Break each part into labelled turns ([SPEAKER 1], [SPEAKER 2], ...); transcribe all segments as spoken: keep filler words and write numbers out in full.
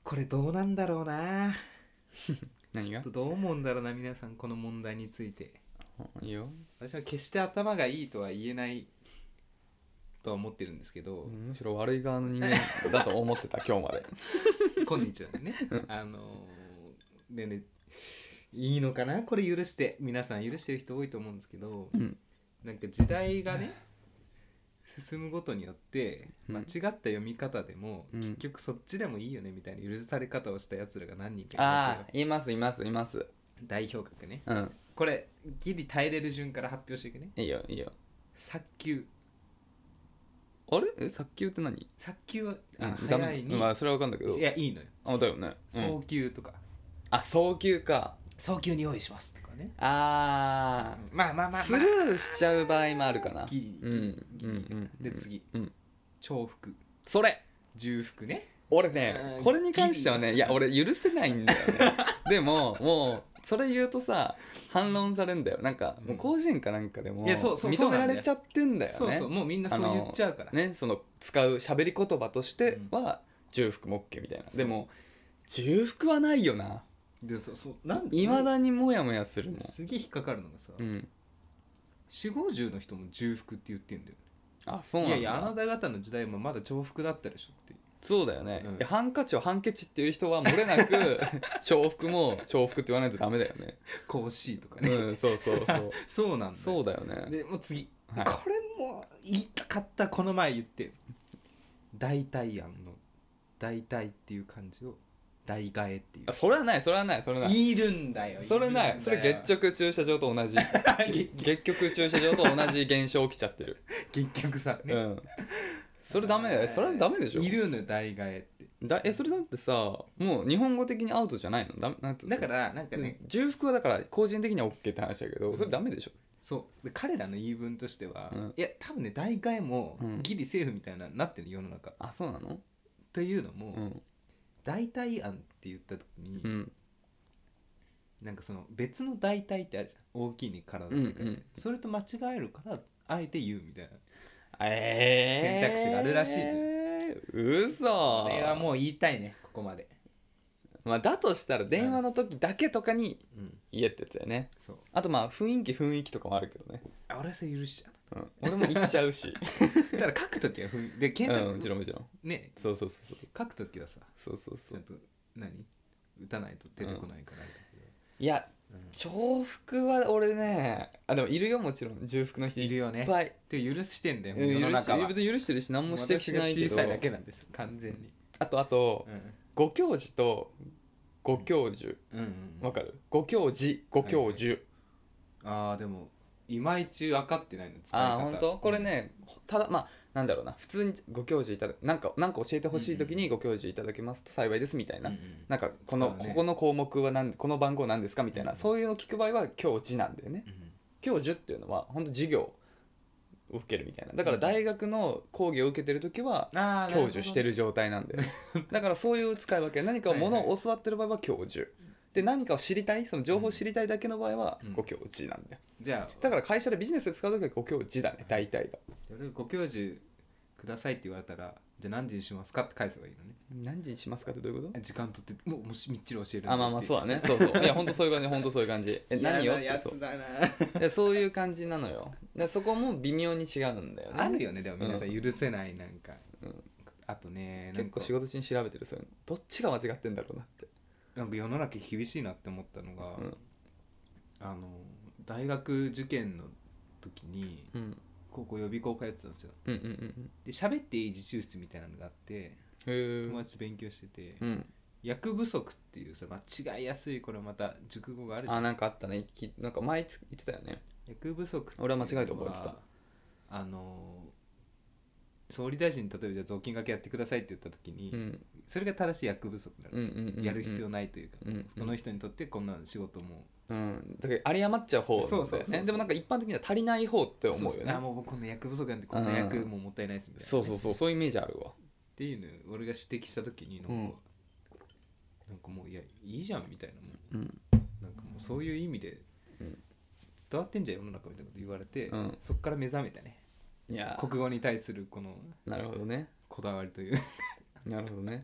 [SPEAKER 1] これどうなんだろうな。
[SPEAKER 2] 何が
[SPEAKER 1] ちょっとどう思うんだろうな皆さん、この問題について。
[SPEAKER 2] いいよ。
[SPEAKER 1] 私は決して頭がいいとは言えないとは思ってるんですけど、
[SPEAKER 2] むしろ悪い側の人間だと思ってた今日まで。
[SPEAKER 1] 今日はねあのー、でね、いいのかなこれ許して、皆さん許してる人多いと思うんですけど、
[SPEAKER 2] うん、
[SPEAKER 1] なんか時代がね進むごとによって
[SPEAKER 2] うん
[SPEAKER 1] 間違った読み方でも、
[SPEAKER 2] うん、
[SPEAKER 1] 結局そっちでもいいよねみたいな許され方をしたやつらが何人かいる
[SPEAKER 2] あ
[SPEAKER 1] わ
[SPEAKER 2] あいますいますいます。
[SPEAKER 1] 代表格ね。
[SPEAKER 2] うん
[SPEAKER 1] これギリ耐えれる順から発表していくね。
[SPEAKER 2] いいよいいよ。
[SPEAKER 1] 早急。
[SPEAKER 2] あれえ早急って何？
[SPEAKER 1] 早急は
[SPEAKER 2] うん
[SPEAKER 1] あ
[SPEAKER 2] ダメ
[SPEAKER 1] 早いに、
[SPEAKER 2] まあそれは分かんだけど。
[SPEAKER 1] いやいいのよ。
[SPEAKER 2] あだよね、うん、
[SPEAKER 1] 早急とか、
[SPEAKER 2] あ早急か。
[SPEAKER 1] 早急に用意しますとかね。
[SPEAKER 2] あー、
[SPEAKER 1] うんまあまあまあまあ
[SPEAKER 2] スルーしちゃう場合もあるかな。
[SPEAKER 1] ギリ
[SPEAKER 2] うん
[SPEAKER 1] ギリギリ
[SPEAKER 2] うんうん
[SPEAKER 1] で次、
[SPEAKER 2] うん
[SPEAKER 1] 重複、
[SPEAKER 2] それ
[SPEAKER 1] 重複ね。
[SPEAKER 2] 俺ね
[SPEAKER 1] うん
[SPEAKER 2] これに関してはね
[SPEAKER 1] ギリ
[SPEAKER 2] いや俺許せないんだよね。でももうそれ言うとさ反論されんだよ。なんかもう広辞苑かなんかでも
[SPEAKER 1] いやそうそう
[SPEAKER 2] 認められちゃってんだよね。
[SPEAKER 1] そうそうもうみんなそう言っちゃうから
[SPEAKER 2] あのねその使う喋り言葉としては重複も OK みたいな。でも重複はないよな。
[SPEAKER 1] でそうそうなん
[SPEAKER 2] いまだにモヤモヤするもん。
[SPEAKER 1] すげえ引っかかるのがさ、
[SPEAKER 2] うん
[SPEAKER 1] 四五十の人も重複って言ってんだよ。
[SPEAKER 2] あそうなんだ。
[SPEAKER 1] いやいやあなた方の時代もまだ重複だったでしょっていう。
[SPEAKER 2] そうだよね、
[SPEAKER 1] うん
[SPEAKER 2] いやハンカチをハンケチっていう人は漏れなく重複も重複って言わないとダメだよね。
[SPEAKER 1] 講師とかね、
[SPEAKER 2] うんそうそうそう
[SPEAKER 1] そうなんだよ。
[SPEAKER 2] そうだよね。
[SPEAKER 1] でもう次、
[SPEAKER 2] はい
[SPEAKER 1] これも言いたかった。この前言って代替案の代替っていう漢字を代替えっていう
[SPEAKER 2] あそれはないそれはないそれない
[SPEAKER 1] いるんだよ。
[SPEAKER 2] それないそれ月
[SPEAKER 1] 直
[SPEAKER 2] 直駐車場と同じ
[SPEAKER 1] 結
[SPEAKER 2] 月局駐車場と同じ現象起きちゃってる。
[SPEAKER 1] 結局さ、ね
[SPEAKER 2] うんそれダメだよ。それはダメでしょ。
[SPEAKER 1] いるの代替えって
[SPEAKER 2] だえそれだってさもう日本語的にアウトじゃないの？だなんて
[SPEAKER 1] だからなんかね、
[SPEAKER 2] 重複はだから個人的には OK って話だけどそれダメでしょ。
[SPEAKER 1] そうで彼らの言い分としては、
[SPEAKER 2] うん
[SPEAKER 1] いや多分ね代替えも
[SPEAKER 2] うん
[SPEAKER 1] ギリセーフみたいななってる世の中、
[SPEAKER 2] あそうなの？
[SPEAKER 1] というのも、
[SPEAKER 2] うん
[SPEAKER 1] 代替案って言った時に、
[SPEAKER 2] うん
[SPEAKER 1] なんかその別の代替ってあるじゃん、大きいに体って書いて、
[SPEAKER 2] うんうん
[SPEAKER 1] それと間違えるからあえて言うみたいな。
[SPEAKER 2] えー、
[SPEAKER 1] 選択肢があるらしいの
[SPEAKER 2] うそ
[SPEAKER 1] これはもう言いたいねここまで。
[SPEAKER 2] まあだとしたら電話の時だけとかに
[SPEAKER 1] うん
[SPEAKER 2] 言えってやつだよね。
[SPEAKER 1] そう
[SPEAKER 2] あとまあ雰囲気雰囲気とかもあるけどね、
[SPEAKER 1] あ俺はそれ許しちゃ
[SPEAKER 2] うん、俺も言っちゃうし
[SPEAKER 1] うだから書くときはふんで検索、
[SPEAKER 2] うんもちろんもちろん
[SPEAKER 1] ね
[SPEAKER 2] そうそうそうそう
[SPEAKER 1] 書くときはさ
[SPEAKER 2] そうそうそう
[SPEAKER 1] ちゃんと何打たないと出てこないから、
[SPEAKER 2] いや重複は俺ねあでもいるよもちろん重複の人いっ
[SPEAKER 1] いるよね
[SPEAKER 2] ぱい。
[SPEAKER 1] で許してんだよ
[SPEAKER 2] うん
[SPEAKER 1] 世の中は。
[SPEAKER 2] 別に許してるし何も指摘しないけど
[SPEAKER 1] 私が小さいだけなんです完全に。
[SPEAKER 2] あとあと
[SPEAKER 1] うん
[SPEAKER 2] ご教授とご教授
[SPEAKER 1] うんうん
[SPEAKER 2] わかる？ご教授ご教授、
[SPEAKER 1] ああでもいまいち分かってないの使い方。
[SPEAKER 2] ああ本当これねただまあなんだろうな普通にご教授いただなんかなんか教えてほしい時にご教授いただけますと幸いですみたいな、
[SPEAKER 1] うんうん
[SPEAKER 2] なんかこの、
[SPEAKER 1] そうだね
[SPEAKER 2] ここの項目は何この番号なんですかみたいな、
[SPEAKER 1] うん
[SPEAKER 2] そういうのを聞く場合は教授なんだよね。
[SPEAKER 1] うん
[SPEAKER 2] 教授っていうのは本当授業を受けるみたいな。だから大学の講義を受けてる時は
[SPEAKER 1] あー
[SPEAKER 2] 教授してる状態なんだよね。だからそういう使い分け。何かをものを教わってる場合は教授で、何かを知りたいその情報を知りたいだけの場合は
[SPEAKER 1] うん
[SPEAKER 2] ご教授なんだよ。
[SPEAKER 1] じゃあ
[SPEAKER 2] だから会社でビジネスで使う時はご教授だね大体が。
[SPEAKER 1] 俺ご教授くださいって言われたらじゃあ何時にしますかって返せばいいのね。
[SPEAKER 2] 何時にしますかってどういうこと？
[SPEAKER 1] 時間取ってもうもしみっちり教える。
[SPEAKER 2] あまあまあそうだねそうそういや本当そういう感じ本当そういう感じ。え何よってそう
[SPEAKER 1] やつだな。
[SPEAKER 2] いやそういう感じなのよ。でそこも微妙に違うんだよね。
[SPEAKER 1] あるよねでも皆さ
[SPEAKER 2] うん
[SPEAKER 1] 許せないなんか、
[SPEAKER 2] うん
[SPEAKER 1] あとねなんか
[SPEAKER 2] 結構仕事中に調べてるそういうのどっちが間違ってんだろうなって。
[SPEAKER 1] なんか世の中厳しいなって思ったのが、
[SPEAKER 2] うん
[SPEAKER 1] あの大学受験の時に
[SPEAKER 2] うん
[SPEAKER 1] 高校予備校通ってたんですよ。
[SPEAKER 2] うんうんうんうん
[SPEAKER 1] で喋っていい自習室みたいなのがあって
[SPEAKER 2] へえ
[SPEAKER 1] 友達と勉強してて、
[SPEAKER 2] うん
[SPEAKER 1] 役不足っていうさ間違いやすいこれまた熟語があるじゃん。
[SPEAKER 2] あなんかあったねきなんか前つ言ってたよね。
[SPEAKER 1] 役不足っていうの
[SPEAKER 2] 俺は間違いと覚えてた。
[SPEAKER 1] あの総理大臣に例えばじゃあ雑巾がけやってくださいって言った時に、
[SPEAKER 2] うん
[SPEAKER 1] それが正しい役不足なの、
[SPEAKER 2] うんうんうんうん
[SPEAKER 1] やる必要ないというか、
[SPEAKER 2] うんうん
[SPEAKER 1] この人にとってこんな仕事も
[SPEAKER 2] うんだから有り余っちゃう方だよ
[SPEAKER 1] そうそうそうそう
[SPEAKER 2] ね。でもなんか一般的には足りない方って思うよね。
[SPEAKER 1] そうそうあもう僕こんな役不足なんでこんな役ももったいないですみたいな、ね、
[SPEAKER 2] そうそうそうそういうイメージあるわ。
[SPEAKER 1] っていうのを俺が指摘した時になんか、
[SPEAKER 2] うん
[SPEAKER 1] なんかもういやいいじゃんみたいなもう
[SPEAKER 2] うん
[SPEAKER 1] なんかもうそういう意味で
[SPEAKER 2] うん
[SPEAKER 1] 伝わってんじゃん世の中みたいなこと言われて、
[SPEAKER 2] うん
[SPEAKER 1] そっから目覚めたね
[SPEAKER 2] いや
[SPEAKER 1] 国語に対するこの
[SPEAKER 2] なるほどね
[SPEAKER 1] こだわりという
[SPEAKER 2] なるほどね。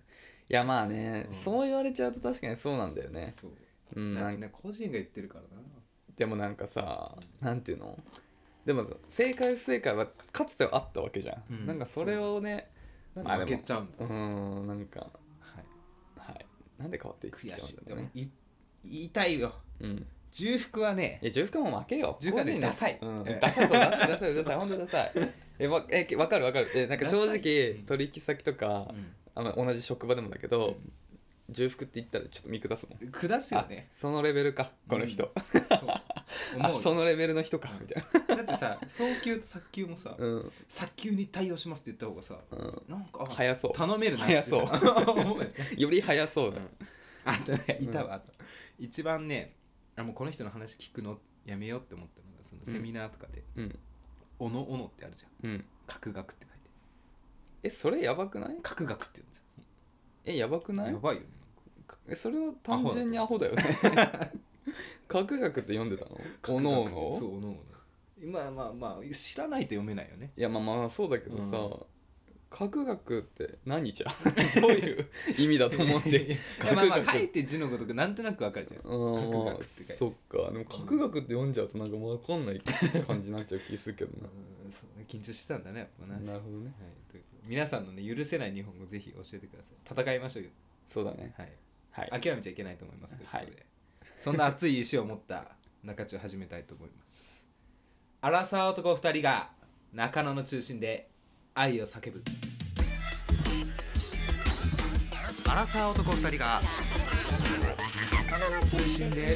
[SPEAKER 2] やまあね、
[SPEAKER 1] うん、
[SPEAKER 2] そう言われちゃうと確かにそうなんだよね。
[SPEAKER 1] そう、
[SPEAKER 2] うん、
[SPEAKER 1] なんかね個人が言ってるからな。
[SPEAKER 2] でもなんかさ、なんていうの、でも正解不正解はかつてはあったわけじゃん、
[SPEAKER 1] うん、
[SPEAKER 2] なんかそれをね、
[SPEAKER 1] なんで負けちゃうんだ。
[SPEAKER 2] うーん、なんか
[SPEAKER 1] はい
[SPEAKER 2] はい、なんで変わっていっちゃ
[SPEAKER 1] 悔しい。
[SPEAKER 2] うんだろうね。
[SPEAKER 1] でもい言いたいよ。
[SPEAKER 2] うん、
[SPEAKER 1] 重複はね、
[SPEAKER 2] いや重複も負けよ。
[SPEAKER 1] 重複はねダサい、
[SPEAKER 2] うん、ダサい、そうダサいダサいダサい本当ダサい。えわえわかるわかる。えなんか正直取引先とか、
[SPEAKER 1] うん、
[SPEAKER 2] あの同じ職場でもだけど、
[SPEAKER 1] うん、
[SPEAKER 2] 重複って言ったらちょっと見下すもん。
[SPEAKER 1] 下すよね。
[SPEAKER 2] そのレベルかこの人、
[SPEAKER 1] うん、そう
[SPEAKER 2] あそのレベルの人かみたい
[SPEAKER 1] な。だってさ早急と早急もさ、
[SPEAKER 2] な。うん
[SPEAKER 1] 早急に対応しますって言った方がさ、
[SPEAKER 2] うん、
[SPEAKER 1] なんかあ
[SPEAKER 2] 早そう、
[SPEAKER 1] 頼めるなってさ
[SPEAKER 2] 早
[SPEAKER 1] 思うよね。
[SPEAKER 2] より早そうだ、
[SPEAKER 1] うん、あとねいたわ、あと一番ね、あもうこの人の話聞くのやめようって思ったのが、そのセミナーとかで
[SPEAKER 2] うん
[SPEAKER 1] 「おのおの」ってあるじゃん、
[SPEAKER 2] うん、
[SPEAKER 1] 角学って書いて
[SPEAKER 2] えそれやばくない？
[SPEAKER 1] 角学って言うんですよ。
[SPEAKER 2] えやばくない？
[SPEAKER 1] やばいよね。
[SPEAKER 2] えそれは単純にアホだよね。角学って読んでたの？おのおの？
[SPEAKER 1] そう、おのおの。まあまあまあ知らないと読めないよね。
[SPEAKER 2] いやまあまあそうだけどさ、
[SPEAKER 1] うん
[SPEAKER 2] 角学って何じゃどういう意味だと思って。
[SPEAKER 1] いやまあまあ書いて字のごとくなんとなくわかるじゃん。
[SPEAKER 2] うん
[SPEAKER 1] 角学って書いて。
[SPEAKER 2] そっか、でも角学って読んじゃうとなんかわかんない感じになっちゃう気するけどな。
[SPEAKER 1] うんそうね、緊張してたんだねやっぱな。
[SPEAKER 2] なるほどね、
[SPEAKER 1] はい、ということで皆さんのね許せない日本語ぜひ教えてください。戦いましょうよ。
[SPEAKER 2] そうだね、
[SPEAKER 1] はい。
[SPEAKER 2] はい、
[SPEAKER 1] 諦めちゃいけないと思いますということで、
[SPEAKER 2] はい、
[SPEAKER 1] そんな熱い意志を持った中地を始めたいと思います。アラサー男ふたりが中野の中心で愛を叫ぶ。アラサー男ふたりが中野の中心で愛を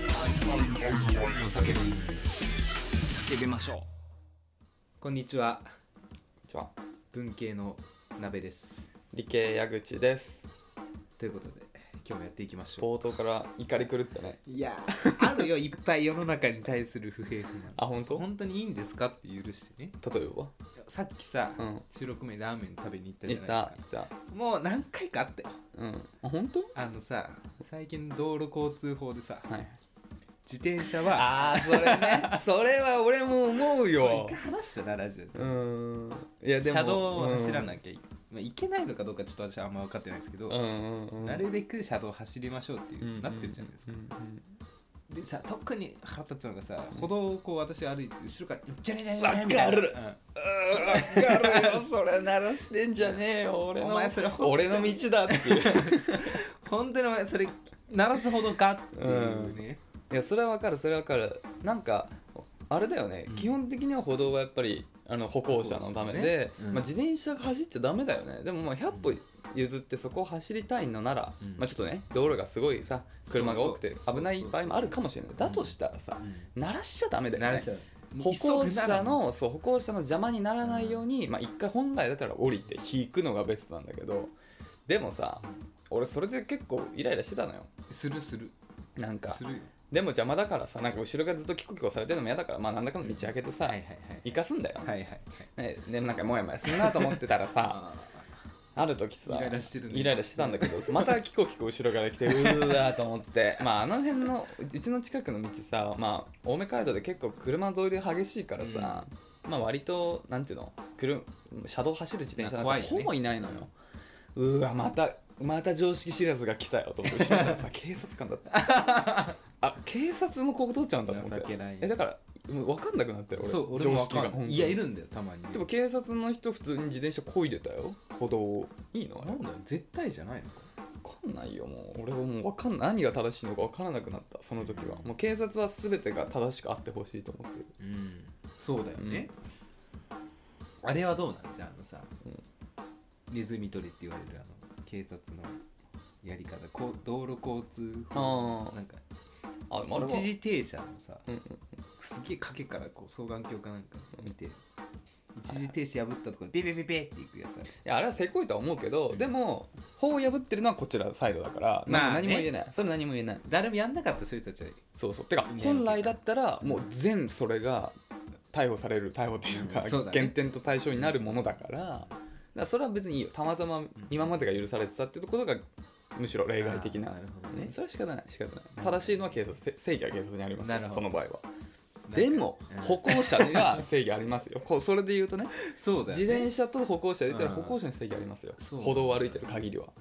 [SPEAKER 1] 叫ぶ。叫びましょう。こんにちは。
[SPEAKER 2] じゃあ
[SPEAKER 1] 文系の鍋です。
[SPEAKER 2] 理系矢口です。
[SPEAKER 1] ということで今日もやっていきましょう。
[SPEAKER 2] 冒頭から怒り狂ったね。
[SPEAKER 1] いやあるよいっぱい世の中に対する不平不満。
[SPEAKER 2] あ本当？
[SPEAKER 1] 本当にいいんですかって許してね。
[SPEAKER 2] 例えば
[SPEAKER 1] さっきさ、
[SPEAKER 2] うん
[SPEAKER 1] 収録前にラーメン食べに行ったじ
[SPEAKER 2] 言
[SPEAKER 1] ゃないですか。
[SPEAKER 2] った言った
[SPEAKER 1] もう何回かあったよ。
[SPEAKER 2] うんあ本当？
[SPEAKER 1] あのさ最近道路交通法でさ、
[SPEAKER 2] はい
[SPEAKER 1] 自転車は
[SPEAKER 2] あーそれねそれは俺も思うよ。
[SPEAKER 1] 一回話したなラジオで。
[SPEAKER 2] うーんいやでも
[SPEAKER 1] 車道を走ら
[SPEAKER 2] い、
[SPEAKER 1] なきゃい,、まあ、いけないのかどうかちょっと私はあんま分かってないですけど、
[SPEAKER 2] うんうんうん、
[SPEAKER 1] なるべく車道を走りましょうっていう、
[SPEAKER 2] うんうん
[SPEAKER 1] なってるじゃないですか。
[SPEAKER 2] うん
[SPEAKER 1] でさ特に腹立つのがさ、歩道をこう私歩いて後ろからジャリジャリジ
[SPEAKER 2] わ
[SPEAKER 1] ャリみたいな。
[SPEAKER 2] かるうん分かるよそれ鳴らしてんじゃねえよ俺の
[SPEAKER 1] お前それ
[SPEAKER 2] 俺の道だっていう
[SPEAKER 1] 本当にお前それ鳴らすほどかっていうね、
[SPEAKER 2] いやそれは分かるそれは分かる。なんかあれだよね、うん、基本的には歩道はやっぱりあの歩行者のためで、ねうん、まあ、自転車が走っちゃダメだよね。でもまあひゃっぽ譲ってそこを走りたいのなら、うん、まあ、ちょっとね道路がすごいさ車が多くて危ない場合もあるかもしれない。だとしたらさ、うん、鳴らしちゃダメだよね。歩行者のそう歩行者の邪魔にならないように、うん、まあ、一回本来だったら降りて引くのがベストなんだけど、でもさ俺それで結構イライラしてたのよ。
[SPEAKER 1] するする
[SPEAKER 2] なんか
[SPEAKER 1] するよ。
[SPEAKER 2] でも邪魔だからさ、なんか後ろがずっとキコキコされてるのも嫌だから、まあなんだかの道開けてさ、
[SPEAKER 1] はいはいはい、
[SPEAKER 2] 行かすんだよ、
[SPEAKER 1] はいはいはい、
[SPEAKER 2] ね、でなんかもやもやすんなと思ってたらさある時さ
[SPEAKER 1] イライラしてる、ね、
[SPEAKER 2] イライラしてたんだけどまたキコキコ後ろから来てうーわーと思ってまああの辺のうちの近くの道さ、まあ青梅街道で結構車通り激しいからさ、うん、まあ割となんていうの車車道走る自転車なんてほぼいないのよ。うわまたまた常識知らずが来たよと思って後ろからさ警察官だったあ警察もここ通っちゃうんだと思って。えだからもう分かんなくなってる俺。
[SPEAKER 1] そう俺も分かんない。いやいるんだよたまに。
[SPEAKER 2] でも警察の人普通に自転車漕いでたよ歩道を。いいのあれ
[SPEAKER 1] なんだよ絶対じゃないのか
[SPEAKER 2] 分かんないよ。もう俺はもう分かんない何が正しいのか分からなくなったその時は。もう警察は全てが正しくあってほしいと思ってる。
[SPEAKER 1] うんそうだよね、うん、あれはどうなんじゃあのさ、うん、ネズミ捕りって言われるあの警察のやり方こう道路交通法なんかあ一時停車のさ、うんうんうん、すげえ影からこう双眼鏡かなんか見て、うん、一時停止破ったところにビビビビっていくやつある。い
[SPEAKER 2] やあれはせこいとは思うけど、うん、でも法を破ってるのはこちらサイドだから、まあね、何も言えない。それ何も言えない。
[SPEAKER 1] 誰もやんなかったそういう人たちは
[SPEAKER 2] そうそうてか本来だったらもう全それが逮捕される逮捕っていうか、うんね、減点と対象になるものだから、だからそれは別にいいよ。たまたま今までが許されてたっていうところがむしろ例外的な。なるほどね。それは仕方ない仕方ない。正しいのは警察、正義は警察にありますよ。その場合は。でも歩行者には正義ありますよ。こうそれで言うとね。そうだよね。自転車と歩行者で言ったら歩行者に正義ありますよ。歩道を歩いてる限りは。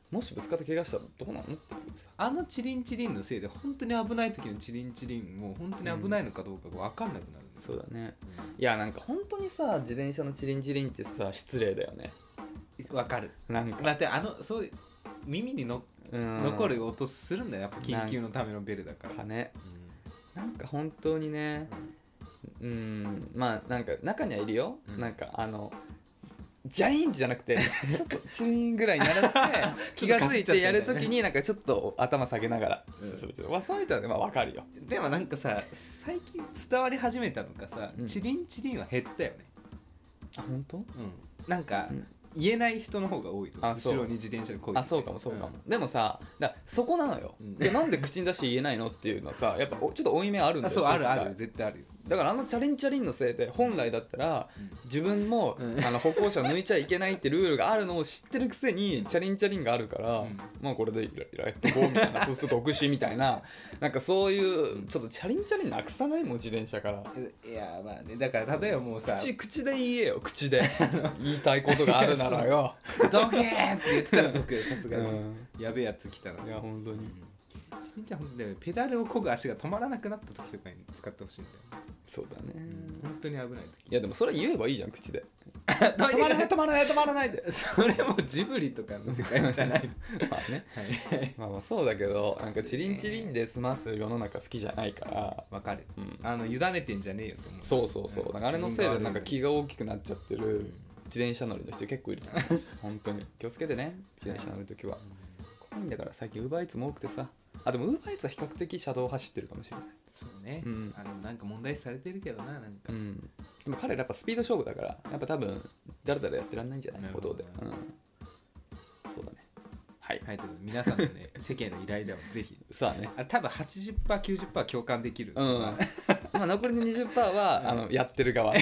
[SPEAKER 2] もしぶつかって怪我したらどうなのっていうさ、
[SPEAKER 1] あのチリンチリンのせいで本当に危ない時のチリンチリンも本当に危ないのかどうかが分かんなくなるんですよ、
[SPEAKER 2] そうだね、
[SPEAKER 1] うん、
[SPEAKER 2] いやなんか本当にさ自転車のチリンチリンってさ失礼だよね。
[SPEAKER 1] 分かる。
[SPEAKER 2] なんか
[SPEAKER 1] だってあのそういう耳にの、
[SPEAKER 2] うん、
[SPEAKER 1] 残る音するんだよやっぱ緊急のためのベルだから
[SPEAKER 2] かね、
[SPEAKER 1] うん、
[SPEAKER 2] なんか本当にね、うん、うんまあなんか中にはいるよ、うん、なんかあのジャリーンじゃなくてちょっとチリーンぐらい鳴らして気がついてやるときになんかちょっと頭下げながら進むけど、うん、そういう人はまあ分かるよ。
[SPEAKER 1] でもなんかさ最近伝わり始めたのかさ、うん、チリンチリンは減ったよね。
[SPEAKER 2] あ本当？
[SPEAKER 1] うんなんか、うん言えない人の方が多いと後ろに自転車でこいで
[SPEAKER 2] あそうかもそうかも、うん、でもさだそこなのよ、うん、でなんで口に出して言えないのっていうのはさやっぱちょっと負い目あるんだよ。
[SPEAKER 1] そうあるある絶対あるよ。
[SPEAKER 2] だからあのチャリンチャリンのせいで本来だったら、うん、自分も、うん、あの歩行者抜いちゃいけないってルールがあるのを知ってるくせにチャリンチャリンがあるから、うん、まあこれでやってこうみたいなそうすると独身みたいななんかそういうちょっとチャリンチャリンなくさないもん自転車から。
[SPEAKER 1] いやまあねだから例えばもうさ
[SPEAKER 2] 口, 口で言えよ口で言いたいことがあるならよ
[SPEAKER 1] どけーって言ったらどけさすがに、うん、やべえやつ来たら。
[SPEAKER 2] いや本当に、うん
[SPEAKER 1] しんちゃん本当にペダルを漕ぐ足が止まらなくなった時とかに使ってほしいんだよね。
[SPEAKER 2] そうだね、
[SPEAKER 1] うん、本当に危ない時。
[SPEAKER 2] いやでもそれ言えばいいじゃん口で止まらない止まらない止まらないで
[SPEAKER 1] それもジブリとかの世界じゃない
[SPEAKER 2] まあね、はい、まあまあそうだけどなんかチリンチリンで済ます世の中好きじゃないから
[SPEAKER 1] わかる、
[SPEAKER 2] うん、
[SPEAKER 1] あの委ねてんじゃねえよと思う。
[SPEAKER 2] そうそうそう、うん、なんかあれのせいでなんか気が大きくなっちゃってる、うん、自転車乗りの人結構いると思います本当に気をつけてね自転車乗るときは、うん、怖いんだから最近ウーバーイーツも多くてさ。あでもウーバーイーツは比較的車道を走ってるかもしれない。
[SPEAKER 1] そうね、
[SPEAKER 2] うん、
[SPEAKER 1] あのなんか問題視されてるけどななんか、
[SPEAKER 2] うん、でも彼らやっぱスピード勝負だからやっぱ多分だらだらやってらんないんじゃない歩道で、うん、そうだね。はい、
[SPEAKER 1] はい、ということで皆さんのね世間のイライラをぜひ
[SPEAKER 2] そうだね
[SPEAKER 1] あ多分 はちじゅっパーセントきゅうじゅっパーセント 共感できる、
[SPEAKER 2] うん、まあ残りの にじゅっパーセント は、うん、あのやってる側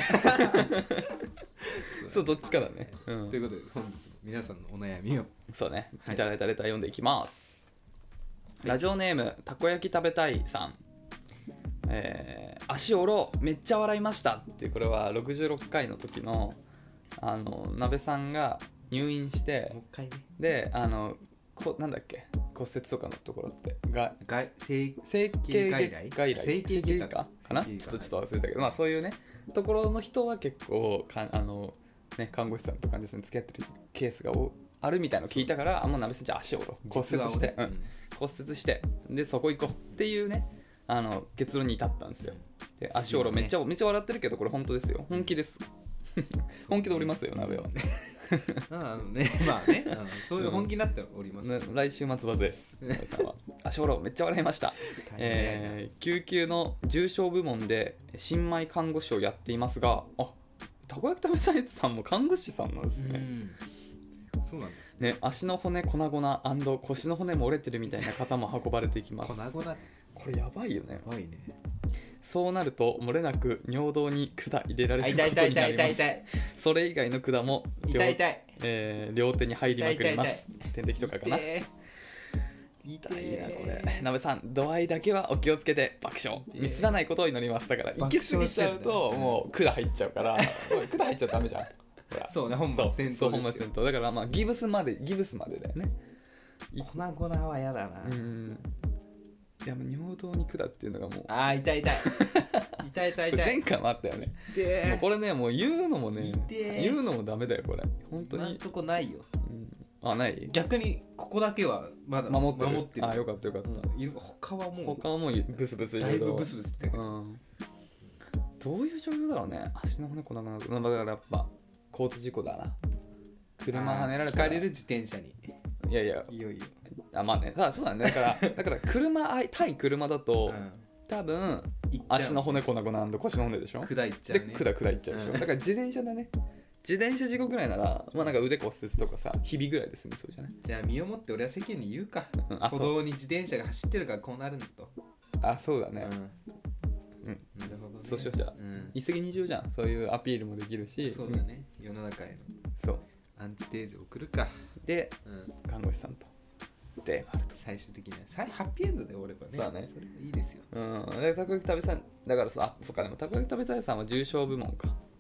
[SPEAKER 2] そう、どっちかだね、うん、
[SPEAKER 1] ということで本日も皆さんのお悩みを
[SPEAKER 2] そうね、はい、いただいたレター読んでいきます、はい、ラジオネームたこ焼き食べたいさん、えー、足おろめっちゃ笑いましたっていうこれはろくじゅうろっかいの時のあの鍋さんが入院して
[SPEAKER 1] もう一回ね
[SPEAKER 2] であのこなんだっけ骨折とかのところってが
[SPEAKER 1] が整
[SPEAKER 2] 整形
[SPEAKER 1] 外来
[SPEAKER 2] 外来
[SPEAKER 1] 整形外科
[SPEAKER 2] かかなちょっとちょっと忘れたけどまあそういうねところの人は結構かあのね看護師さんとかですね付き合ってるケースがあるみたいの聞いたからあもう鍋さんじゃあ足を折ろう骨折して、うん、骨折してでそこ行こうっていうねあの結論に至ったんですよ。で足を折ろうめっちゃめっちゃ笑ってるけどこれ本当ですよ本気です本気で折りますよ鍋は
[SPEAKER 1] あのねまあねあのそういう本気になっております、
[SPEAKER 2] うん、来週末バズですさんは足折ろうめっちゃ笑いました、えー、救急の重症部門で新米看護師をやっていますがあたこ焼き食べたいさんも看護師さんなんですね。うん
[SPEAKER 1] そうなんですね。
[SPEAKER 2] ね足の骨粉々&腰の骨も折れてるみたいな方も運ばれていきます
[SPEAKER 1] 粉々
[SPEAKER 2] これやばいよね。
[SPEAKER 1] やばいね。
[SPEAKER 2] そうなると漏れなく尿道に管入れられることになります。それ以外の管も両、
[SPEAKER 1] 痛い痛い、
[SPEAKER 2] えー、両手に入りまくります。点滴とかかな。痛
[SPEAKER 1] い
[SPEAKER 2] なこれ。なべさん度合いだけはお気をつけて爆笑。ミスらないことを祈ります。だから行き過ぎちゃうともう管入っちゃうから管入っちゃダメじゃん。
[SPEAKER 1] そうね本末転倒ですよ。
[SPEAKER 2] だからまあギブスまでギブスまでだよね。
[SPEAKER 1] 粉々は嫌だな。
[SPEAKER 2] うんいやもう尿道に管っていうのがもう
[SPEAKER 1] あー痛い痛い痛い痛い痛い
[SPEAKER 2] 前回もあったよね。もうこれねもう言うのもね言うのもダメだよこれ本当に。
[SPEAKER 1] 今んとこないよ、
[SPEAKER 2] うん、あない
[SPEAKER 1] 逆にここだけはまだ
[SPEAKER 2] 守ってる。
[SPEAKER 1] 守ってる。
[SPEAKER 2] あよかったよかった、
[SPEAKER 1] うん、他はもう
[SPEAKER 2] 他はもうブスブス
[SPEAKER 1] だいぶブスブスって、
[SPEAKER 2] うん、どういう状況だろうね。足の骨こんなくなる。だからやっぱ交通事故だな。車跳ねられたら
[SPEAKER 1] 引かれる自転車に
[SPEAKER 2] いやいや
[SPEAKER 1] いよいよ
[SPEAKER 2] あまあねあそうだねだからだから車対車だと、うん、多分足の骨粉々腰の骨でしょ
[SPEAKER 1] 管いっちゃうね
[SPEAKER 2] で管管いっちゃうでしょ、うん、だから自転車だね自転車事故ぐらいならまあなんか腕骨折とかさひびぐらいで済みそうじゃない。
[SPEAKER 1] じゃあ身をもって俺は世間に言うか、うん、歩道に自転車が走ってるからこうなるんだと。
[SPEAKER 2] あそうだね、
[SPEAKER 1] うん、うん、なるほどね。
[SPEAKER 2] そうしようじゃあ、うん、一石二鳥じゃん。そういうアピールもできるし
[SPEAKER 1] そうだね、うん、世の中への
[SPEAKER 2] そう
[SPEAKER 1] アンチテーゼを送るか
[SPEAKER 2] で、うん、看護師さんとであると
[SPEAKER 1] 最終的にはハッピーエンドでおればね。
[SPEAKER 2] そうだね
[SPEAKER 1] それいいですよ。
[SPEAKER 2] うんでたこ焼き食べさんだからあそっかでもたこ焼き食べたいさんは重症部門か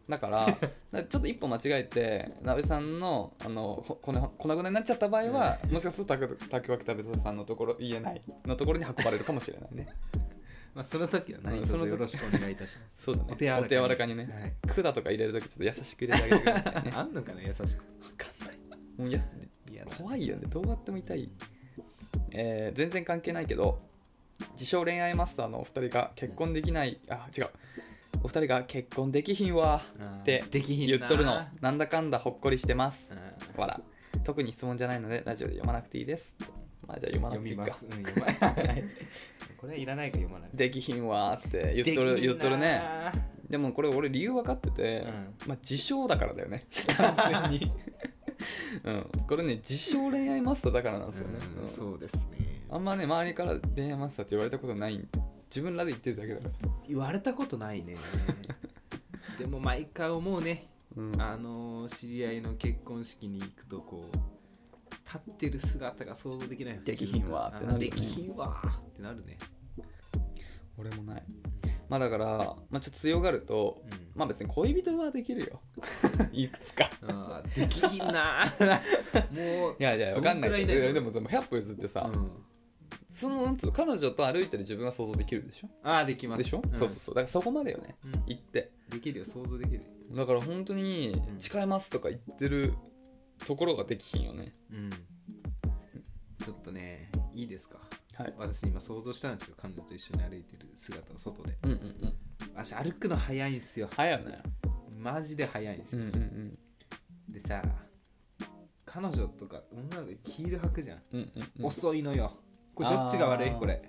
[SPEAKER 2] だからだからちょっと一歩間違えて鍋さんのあのほ粉粉々になっちゃった場合はもしかするとたくたくわき食べさんのところ言えないのところに運ばれるかもしれないね
[SPEAKER 1] まあその時は何
[SPEAKER 2] うんその時
[SPEAKER 1] 卒よろしくお願いいたします
[SPEAKER 2] そうだね
[SPEAKER 1] お手柔らかに
[SPEAKER 2] お手柔らかにね、
[SPEAKER 1] はい
[SPEAKER 2] 管とか入れる時ちょっと優しく入れてあげてくださいね
[SPEAKER 1] あんのかな優しく
[SPEAKER 2] 分かんないもうや
[SPEAKER 1] いや
[SPEAKER 2] 怖いよねどうやっても痛い、えー全然関係ないけど自称恋愛マスターのお二人が結婚できないあ違うお二人が結婚できひんわって
[SPEAKER 1] できひんな
[SPEAKER 2] 言っとるのなんだかんだほっこりしてます
[SPEAKER 1] うん
[SPEAKER 2] わら特に質問じゃないのでラジオで読まなくていいですまあじゃあ読まなくていいか
[SPEAKER 1] 読みます、うん、読まないこれはいらないか読まない
[SPEAKER 2] できひんわって言っとる
[SPEAKER 1] できひんな
[SPEAKER 2] 言っとるねでもこれ俺理由分かってて、
[SPEAKER 1] うん
[SPEAKER 2] まあ自称だからだよね完全にうんこれね自称恋愛マスターだからなんですよね、
[SPEAKER 1] うん
[SPEAKER 2] うん
[SPEAKER 1] そうですね
[SPEAKER 2] あんまね周りから恋愛マスターって言われたことないん自分らで言ってるだけだから
[SPEAKER 1] 言われたことないねでも毎回思うね、
[SPEAKER 2] うん
[SPEAKER 1] あのー知り合いの結婚式に行くとこう立ってる姿が想像できない
[SPEAKER 2] できひんわってなるよね
[SPEAKER 1] あできひんわってなるね
[SPEAKER 2] 俺もないまあだから、まあ、ちょっと強がると、
[SPEAKER 1] うん
[SPEAKER 2] まあ別に恋人はできるよいくつか
[SPEAKER 1] あーできひんなもう
[SPEAKER 2] いやいやわかんないけど
[SPEAKER 1] どんくらいだよ
[SPEAKER 2] でもでもひゃっぽ譲ってさ、
[SPEAKER 1] うん
[SPEAKER 2] そのなんつうの彼女と歩いてる自分が想像できるでしょ
[SPEAKER 1] ああできます
[SPEAKER 2] でしょ、
[SPEAKER 1] ん
[SPEAKER 2] そうそうそうだからそこまでよね、
[SPEAKER 1] うん
[SPEAKER 2] 言って
[SPEAKER 1] できるよ想像できる
[SPEAKER 2] だから本当に
[SPEAKER 1] ん
[SPEAKER 2] 誓いますとか言ってるところができひんよね
[SPEAKER 1] うんちょっとねいいですか
[SPEAKER 2] はい
[SPEAKER 1] 私今想像したんですよ彼女と一緒に歩いてる姿を外で
[SPEAKER 2] うんうんうん
[SPEAKER 1] 私歩くの早いんすよ
[SPEAKER 2] 早いよね
[SPEAKER 1] マジで早いんですよ、
[SPEAKER 2] うんうんうん
[SPEAKER 1] でさ彼女とか女の子ヒール履くじゃん、
[SPEAKER 2] うんうんうん
[SPEAKER 1] 遅いのよこれどっちが悪い
[SPEAKER 2] あー
[SPEAKER 1] これ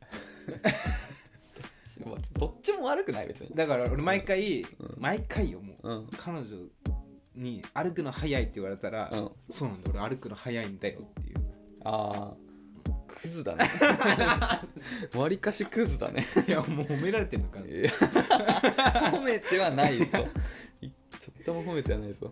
[SPEAKER 2] どっちも悪くない別に
[SPEAKER 1] だから俺毎回、
[SPEAKER 2] ん
[SPEAKER 1] 毎回よもう
[SPEAKER 2] うん
[SPEAKER 1] 彼女に歩くの早いって言われたら、
[SPEAKER 2] うん
[SPEAKER 1] そうなんだ俺歩くの早いんだよっていう
[SPEAKER 2] ああクズだねわりかしクズだね
[SPEAKER 1] いやもう褒められてんのかな、
[SPEAKER 2] いや褒めてはないぞいちょっとも褒めてはないぞ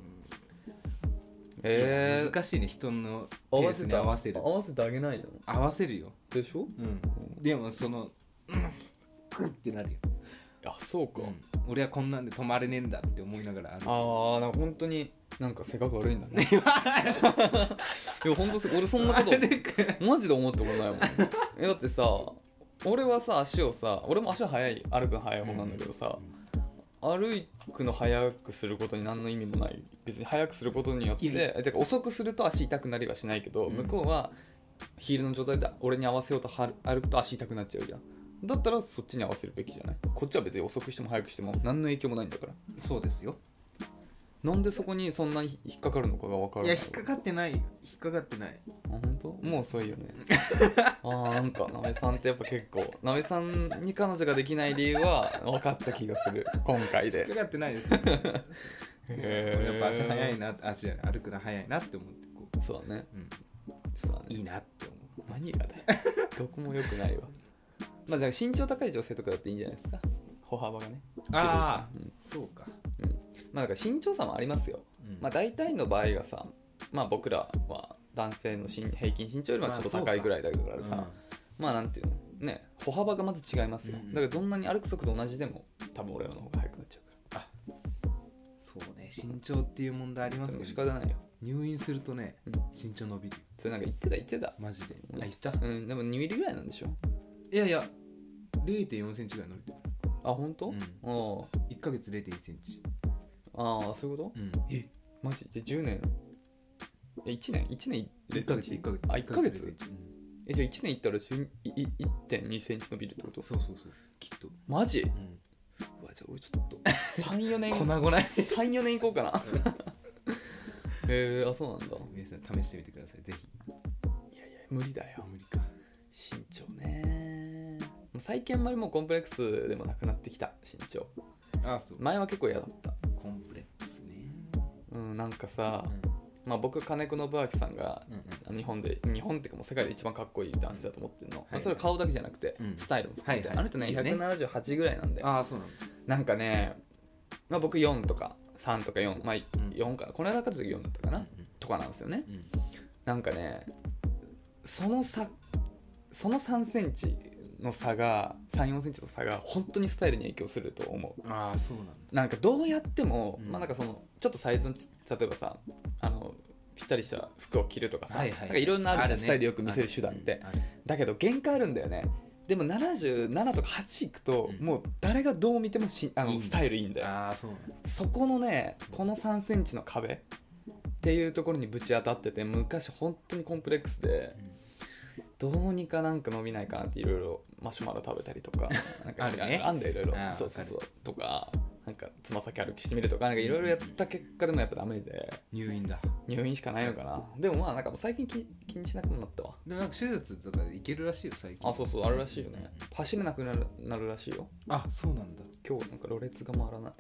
[SPEAKER 2] えー、
[SPEAKER 1] 難しいね人のペースに
[SPEAKER 2] 合わせて
[SPEAKER 1] 合わせる
[SPEAKER 2] 合わせてあげないの
[SPEAKER 1] 合わせるよ、
[SPEAKER 2] でしょ
[SPEAKER 1] うん、でもそのうんクッってなるよ、
[SPEAKER 2] あそうか、
[SPEAKER 1] うん俺はこんなんで止まれねえんだって思いながら歩く
[SPEAKER 2] ああなんか本当になんか性格悪いんだねいや本当そ俺そんなこと
[SPEAKER 1] 歩く
[SPEAKER 2] マジで思ったことないもんえだってさ俺はさ足をさ俺も足は速い歩くの速い方なんだけどさ、歩くの速くすることに何の意味もない別に速くすることによって
[SPEAKER 1] いやい
[SPEAKER 2] えてか遅くすると足痛くなりはしないけど、
[SPEAKER 1] うん
[SPEAKER 2] 向こうはヒールの状態で俺に合わせようとは歩くと足痛くなっちゃうじゃんだったらそっちに合わせるべきじゃないこっちは別に遅くしても速くしても何の影響もないんだから
[SPEAKER 1] そうですよ
[SPEAKER 2] なんでそこにそんなに引っかかるのかが分からない
[SPEAKER 1] いや引っかかってない引っかかってない
[SPEAKER 2] あ本当もう遅いよねあーなんかなべさんってやっぱ結構なべさんに彼女ができない理由は分かった気がする今回で
[SPEAKER 1] 引っかかってないですよ
[SPEAKER 2] へー
[SPEAKER 1] 俺やっぱ足早いな足歩くの早いなって思ってこ
[SPEAKER 2] そうだね
[SPEAKER 1] う、うん、
[SPEAKER 2] そうだね
[SPEAKER 1] いいなって思う
[SPEAKER 2] 何がだよどこも良くないわまあだから身長高い女性とかだっていいんじゃないですか歩幅がね
[SPEAKER 1] ああ、
[SPEAKER 2] うん
[SPEAKER 1] そうか、
[SPEAKER 2] まあだから身長差もありますよ
[SPEAKER 1] うん
[SPEAKER 2] まあ大体の場合がさまあ僕らは男性の身平均身長よりはちょっと高いぐらいだからさ、まあなんていうのね歩幅がまず違いますよ、
[SPEAKER 1] うんうん
[SPEAKER 2] だからどんなに歩く速度同じでも多分俺らの方が速くなっちゃうか
[SPEAKER 1] そうね身長っていう問題ありま
[SPEAKER 2] らでも
[SPEAKER 1] すけど
[SPEAKER 2] 仕方ないよ
[SPEAKER 1] 入院するとね、
[SPEAKER 2] うん
[SPEAKER 1] 身長伸びるよ
[SPEAKER 2] それなんか言ってた言ってた
[SPEAKER 1] マジで、
[SPEAKER 2] うん
[SPEAKER 1] あ言った
[SPEAKER 2] うんでもにミリぐらいなんでしょ
[SPEAKER 1] いやいや れいてんよんセンチぐらい伸びてる
[SPEAKER 2] あ本当？
[SPEAKER 1] うん
[SPEAKER 2] あ
[SPEAKER 1] いっかげつ れいてんいちセンチ
[SPEAKER 2] ああそういうこと
[SPEAKER 1] うん
[SPEAKER 2] えマジでじゅうねんえいちねんいちねん
[SPEAKER 1] いっかげついっかげつ
[SPEAKER 2] あいっかげつ
[SPEAKER 1] いっかげつうん
[SPEAKER 2] えじゃあいちねんいったらじゅういいいってんにセンチ伸びるってこと
[SPEAKER 1] そうそうそうきっと
[SPEAKER 2] マジ
[SPEAKER 1] うん
[SPEAKER 2] うわじゃあ俺ちょっとさんよねん
[SPEAKER 1] 粉々に
[SPEAKER 2] さんよねん行こうかなへえー、あそうなんだ
[SPEAKER 1] 皆さん試してみてくださいぜひ
[SPEAKER 2] いやいや無理だよ
[SPEAKER 1] 無理か
[SPEAKER 2] 身長ねもう最近あんまりもうコンプレックスでもなくなってきた身長
[SPEAKER 1] あそう
[SPEAKER 2] 前は結構嫌だった
[SPEAKER 1] コンプレックスね
[SPEAKER 2] うんなんかさ、
[SPEAKER 1] うん
[SPEAKER 2] まあ、僕金子信明さんが
[SPEAKER 1] うん
[SPEAKER 2] 日本で日本っていうかもう世界で一番かっこいい男性だと思ってるの、まあ
[SPEAKER 1] はい
[SPEAKER 2] それ顔だけじゃなくて、
[SPEAKER 1] うん
[SPEAKER 2] スタイルも含めて、
[SPEAKER 1] はいはい
[SPEAKER 2] あの人ね
[SPEAKER 1] いいよね
[SPEAKER 2] ひゃくななじゅうはちぐらいなんで
[SPEAKER 1] ああそうなんだ
[SPEAKER 2] なんかね、まあ、僕よんとかさんとかよん、まあ、
[SPEAKER 1] ん
[SPEAKER 2] よんかなこの間かった時よんだったかな、
[SPEAKER 1] うん
[SPEAKER 2] とかなんですよね
[SPEAKER 1] うん
[SPEAKER 2] なんかねその差そのさんセンチの差が さん,よん センチの差が本当にスタイルに影響すると思う。
[SPEAKER 1] ああそうなんだ。
[SPEAKER 2] なんかどうやっても、
[SPEAKER 1] うん、
[SPEAKER 2] まあなんかそのちょっとサイズの例えばさあのぴったりした服を着るとかさ、
[SPEAKER 1] はいはい、
[SPEAKER 2] なんかいろんなあるじゃん、
[SPEAKER 1] ね、
[SPEAKER 2] スタイルよく見せる手段って、だけど限界あるんだよね。でもななじゅうななとかはちいくと、うん、もう誰がどう見てもしあのいいスタイルいいんだよ。
[SPEAKER 1] あそうなんだ。
[SPEAKER 2] そこのねこのさんセンチの壁っていうところにぶち当たってて、昔本当にコンプレックスで、うん、どうにかなんか伸びないかなっていろいろマシュマロ食べたりとかなんかあるね、あんだよいろいろ、そうそうそうとか、なんかつま先歩きしてみるとかなんかいろいろやった結果でもやっぱダメで
[SPEAKER 1] 入院だ。
[SPEAKER 2] 入院しかないのかな。でもまあなんかもう最近気気にしなくなったわ。
[SPEAKER 1] でもなんか手術とかでいけるらしいよ最近。
[SPEAKER 2] あそうそうあるらしいよね。走れなくなるなるらしいよ。
[SPEAKER 1] あそうなんだ。
[SPEAKER 2] 今日なんかろれつが回らない。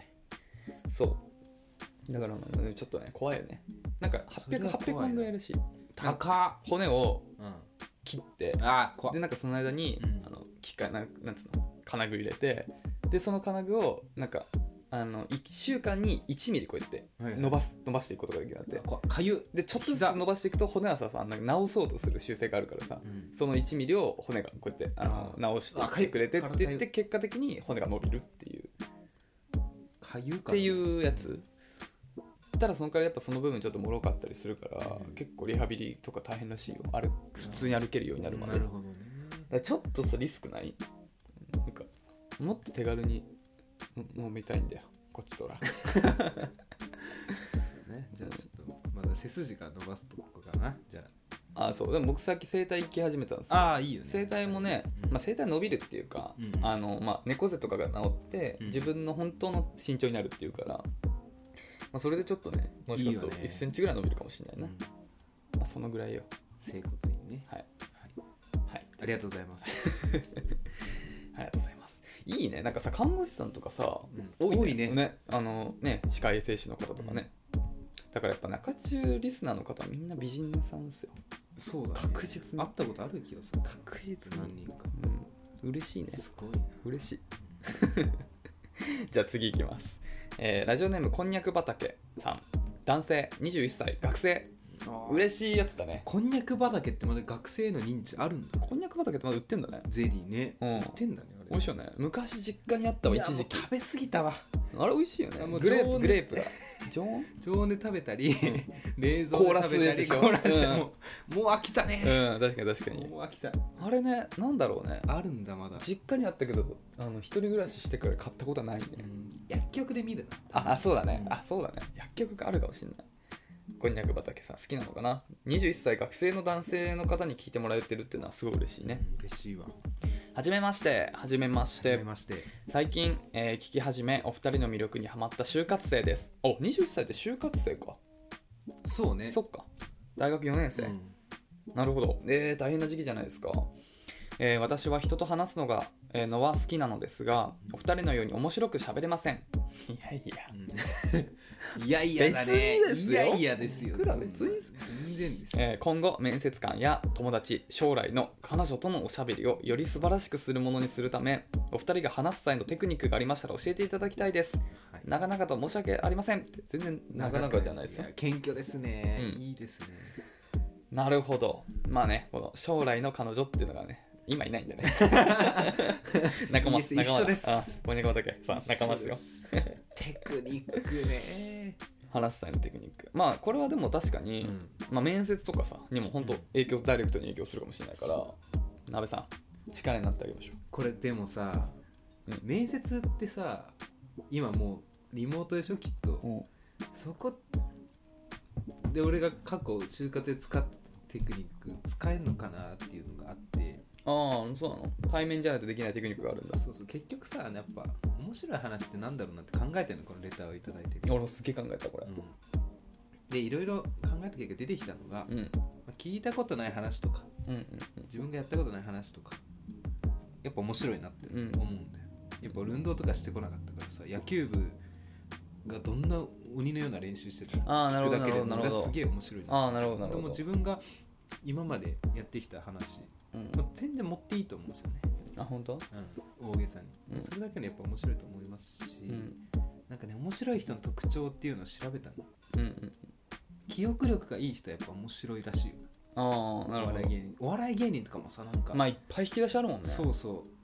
[SPEAKER 2] そうだからちょっとね怖いよね。なんかはっぴゃく、はっぴゃくまんぐらいらしい。
[SPEAKER 1] 高っ。
[SPEAKER 2] 骨を切って、うん、
[SPEAKER 1] あ怖っ。
[SPEAKER 2] でなんかその間に、うん、あの機械ななんつうの金具入れて、でその金具をなんかあのいっしゅうかんにいちミリこうやって伸ばす、はいはい、伸ばしていくことができるようになって、
[SPEAKER 1] かゆ
[SPEAKER 2] でちょっとずつ伸ばしていくと骨はささなんか直そうとする習性があるからさ、うん、そのいちミリを骨がこうやってあの直してくれてって言って結果的に骨が伸びるっていう
[SPEAKER 1] かゆか
[SPEAKER 2] っていうやつ。ただそのからやっぱその部分ちょっと脆かったりするから、うん、結構リハビリとか大変らしいよ。あれ普通に歩けるようになるまで。
[SPEAKER 1] なるほどね。
[SPEAKER 2] だからちょっとさリスクない？なんかもっと手軽に飲みたいんだよこっちとら。
[SPEAKER 1] そうね。じゃあちょっとまだ背筋から伸ばすとこかな。じゃ
[SPEAKER 2] あ。あそうでも僕さっき整体行き始めたんですよ。
[SPEAKER 1] ああいいよね。
[SPEAKER 2] 整体もね、うんまあ、整体伸びるっていうか、うん、あのまあ、猫背とかが治って、うん、自分の本当の身長になるっていうから、まあ、それでちょっとねもしかするといっセンチぐらい伸びるかもしれないな。いい、ねうんまあ、そのぐらいよ。
[SPEAKER 1] 整骨院ね。
[SPEAKER 2] はい、
[SPEAKER 1] はいはい、ありがとうございます。
[SPEAKER 2] ありがとうございます。いいね。なんかさ看護師さんとかさ、
[SPEAKER 1] うん、多いね。
[SPEAKER 2] ねあのね歯科衛生士の方とかね、うん、だからやっぱ中中リスナーの方はみんな美人さんですよ。
[SPEAKER 1] そうだね。
[SPEAKER 2] 確実に
[SPEAKER 1] 会ったことある気がする。
[SPEAKER 2] 確実に
[SPEAKER 1] 何人か、
[SPEAKER 2] うん、嬉しいね。
[SPEAKER 1] すごいな。
[SPEAKER 2] 嬉しい。じゃあ次いきます、えー、ラジオネームこんにゃく畑さん、男性にじゅういっさい学生。嬉しいやつだね。
[SPEAKER 1] こんにゃく畑ってまだ学生の認知あるんだ。
[SPEAKER 2] こんにゃく畑ってまだ売ってんだね。
[SPEAKER 1] ゼリーね、
[SPEAKER 2] うん、
[SPEAKER 1] 売ってんだね。あれ
[SPEAKER 2] 美味しいよね。昔実家にあったわ一時期。
[SPEAKER 1] 食べ過ぎたわ。
[SPEAKER 2] あれ美味しいよね。グレープグレープだ。
[SPEAKER 1] 常温常温で食べたり、うん、冷蔵
[SPEAKER 2] で
[SPEAKER 1] 食べたり
[SPEAKER 2] コーラスでしょ。
[SPEAKER 1] もう、もう飽きたね。
[SPEAKER 2] うん確かに確かに。
[SPEAKER 1] もう飽きた。
[SPEAKER 2] あれねなんだろうね。
[SPEAKER 1] あるんだまだ。
[SPEAKER 2] 実家にあったけどあの一人暮らししてから買ったことはないね。うん、
[SPEAKER 1] 薬局で見る
[SPEAKER 2] な。ああそうだね、うん、あそうだね薬局があるかもしれない。こんにゃく畑さん好きなのかな。にじゅういっさい学生の男性の方に聞いてもらえてるっていうのはすごい嬉しいね。
[SPEAKER 1] うん、嬉しいわ。
[SPEAKER 2] はじめましてはじめまして
[SPEAKER 1] はじめまして。
[SPEAKER 2] 最近、えー、聞き始めお二人の魅力にハマった就活生です。おにじゅういっさいって就活生か。
[SPEAKER 1] そうね。
[SPEAKER 2] そっか大学よねん生、うん、なるほど。えー、大変な時期じゃないですか。えー、私は人と話すのが、えー、のは好きなのですがお二人のように面白く喋れません。いやいや、
[SPEAKER 1] うん、いやいやだね。
[SPEAKER 2] 別にですよ。
[SPEAKER 1] いやいやですよ。
[SPEAKER 2] 僕ら別に
[SPEAKER 1] 全然です、
[SPEAKER 2] えー、今後面接官や友達将来の彼女とのおしゃべりをより素晴らしくするものにするためお二人が話す際のテクニックがありましたら教えていただきたいです、はい、なかなかと申し訳ありません。全然なかなかじゃないですよ。
[SPEAKER 1] 謙虚ですね、うん、いいですね。
[SPEAKER 2] なるほど。まあねこの将来の彼女っていうのがね今いないんでね。仲間
[SPEAKER 1] です。一緒です。
[SPEAKER 2] こんにゃく畑さん仲間ですよ。
[SPEAKER 1] テクニックね。
[SPEAKER 2] 話す際のテクニック。まあこれはでも確かに、うん、まあ、面接とかさにも本当影響、うん、ダイレクトに影響するかもしれないから鍋さん力になってあげましょう。
[SPEAKER 1] これでもさ、うん、面接ってさ今もうリモートでしょきっと、うん、そこで俺が過去就活で使ったテクニック使えるのかなっていうのがあって。
[SPEAKER 2] ああそうなの。対面じゃないとできないテクニックがあるんだ。
[SPEAKER 1] そうそう結局さやっぱ面白い話ってなんだろうなって考えてるのこのレターをいただいてる。
[SPEAKER 2] 俺もすげえ考えたこれ、うん、
[SPEAKER 1] でいろいろ考えた結果出てきたのが、うんまあ、聞いたことない話とか、うんうんうん、自分がやったことない話とかやっぱ面白いなって思うんだよ、うん、やっぱ運動とかしてこなかったからさ野球部がどんな鬼のような練習してたの聞くだけでもすげえ面白いな。
[SPEAKER 2] あなるほどなるほど。
[SPEAKER 1] でも自分が今までやってきた話うんまあ、全然持っていいと思うんですよね。
[SPEAKER 2] あ本当？
[SPEAKER 1] うん、大げさに、うん、それだけでやっぱ面白いと思いますし、うん、なんかね面白い人の特徴っていうのを調べたの、うんうん、記憶力がいい人はやっぱ面白いらしいよ。
[SPEAKER 2] ああなるほど。
[SPEAKER 1] お笑い芸人お笑い芸人とかもさなんか
[SPEAKER 2] まあいっぱい引き出しあるもんね。
[SPEAKER 1] そうそう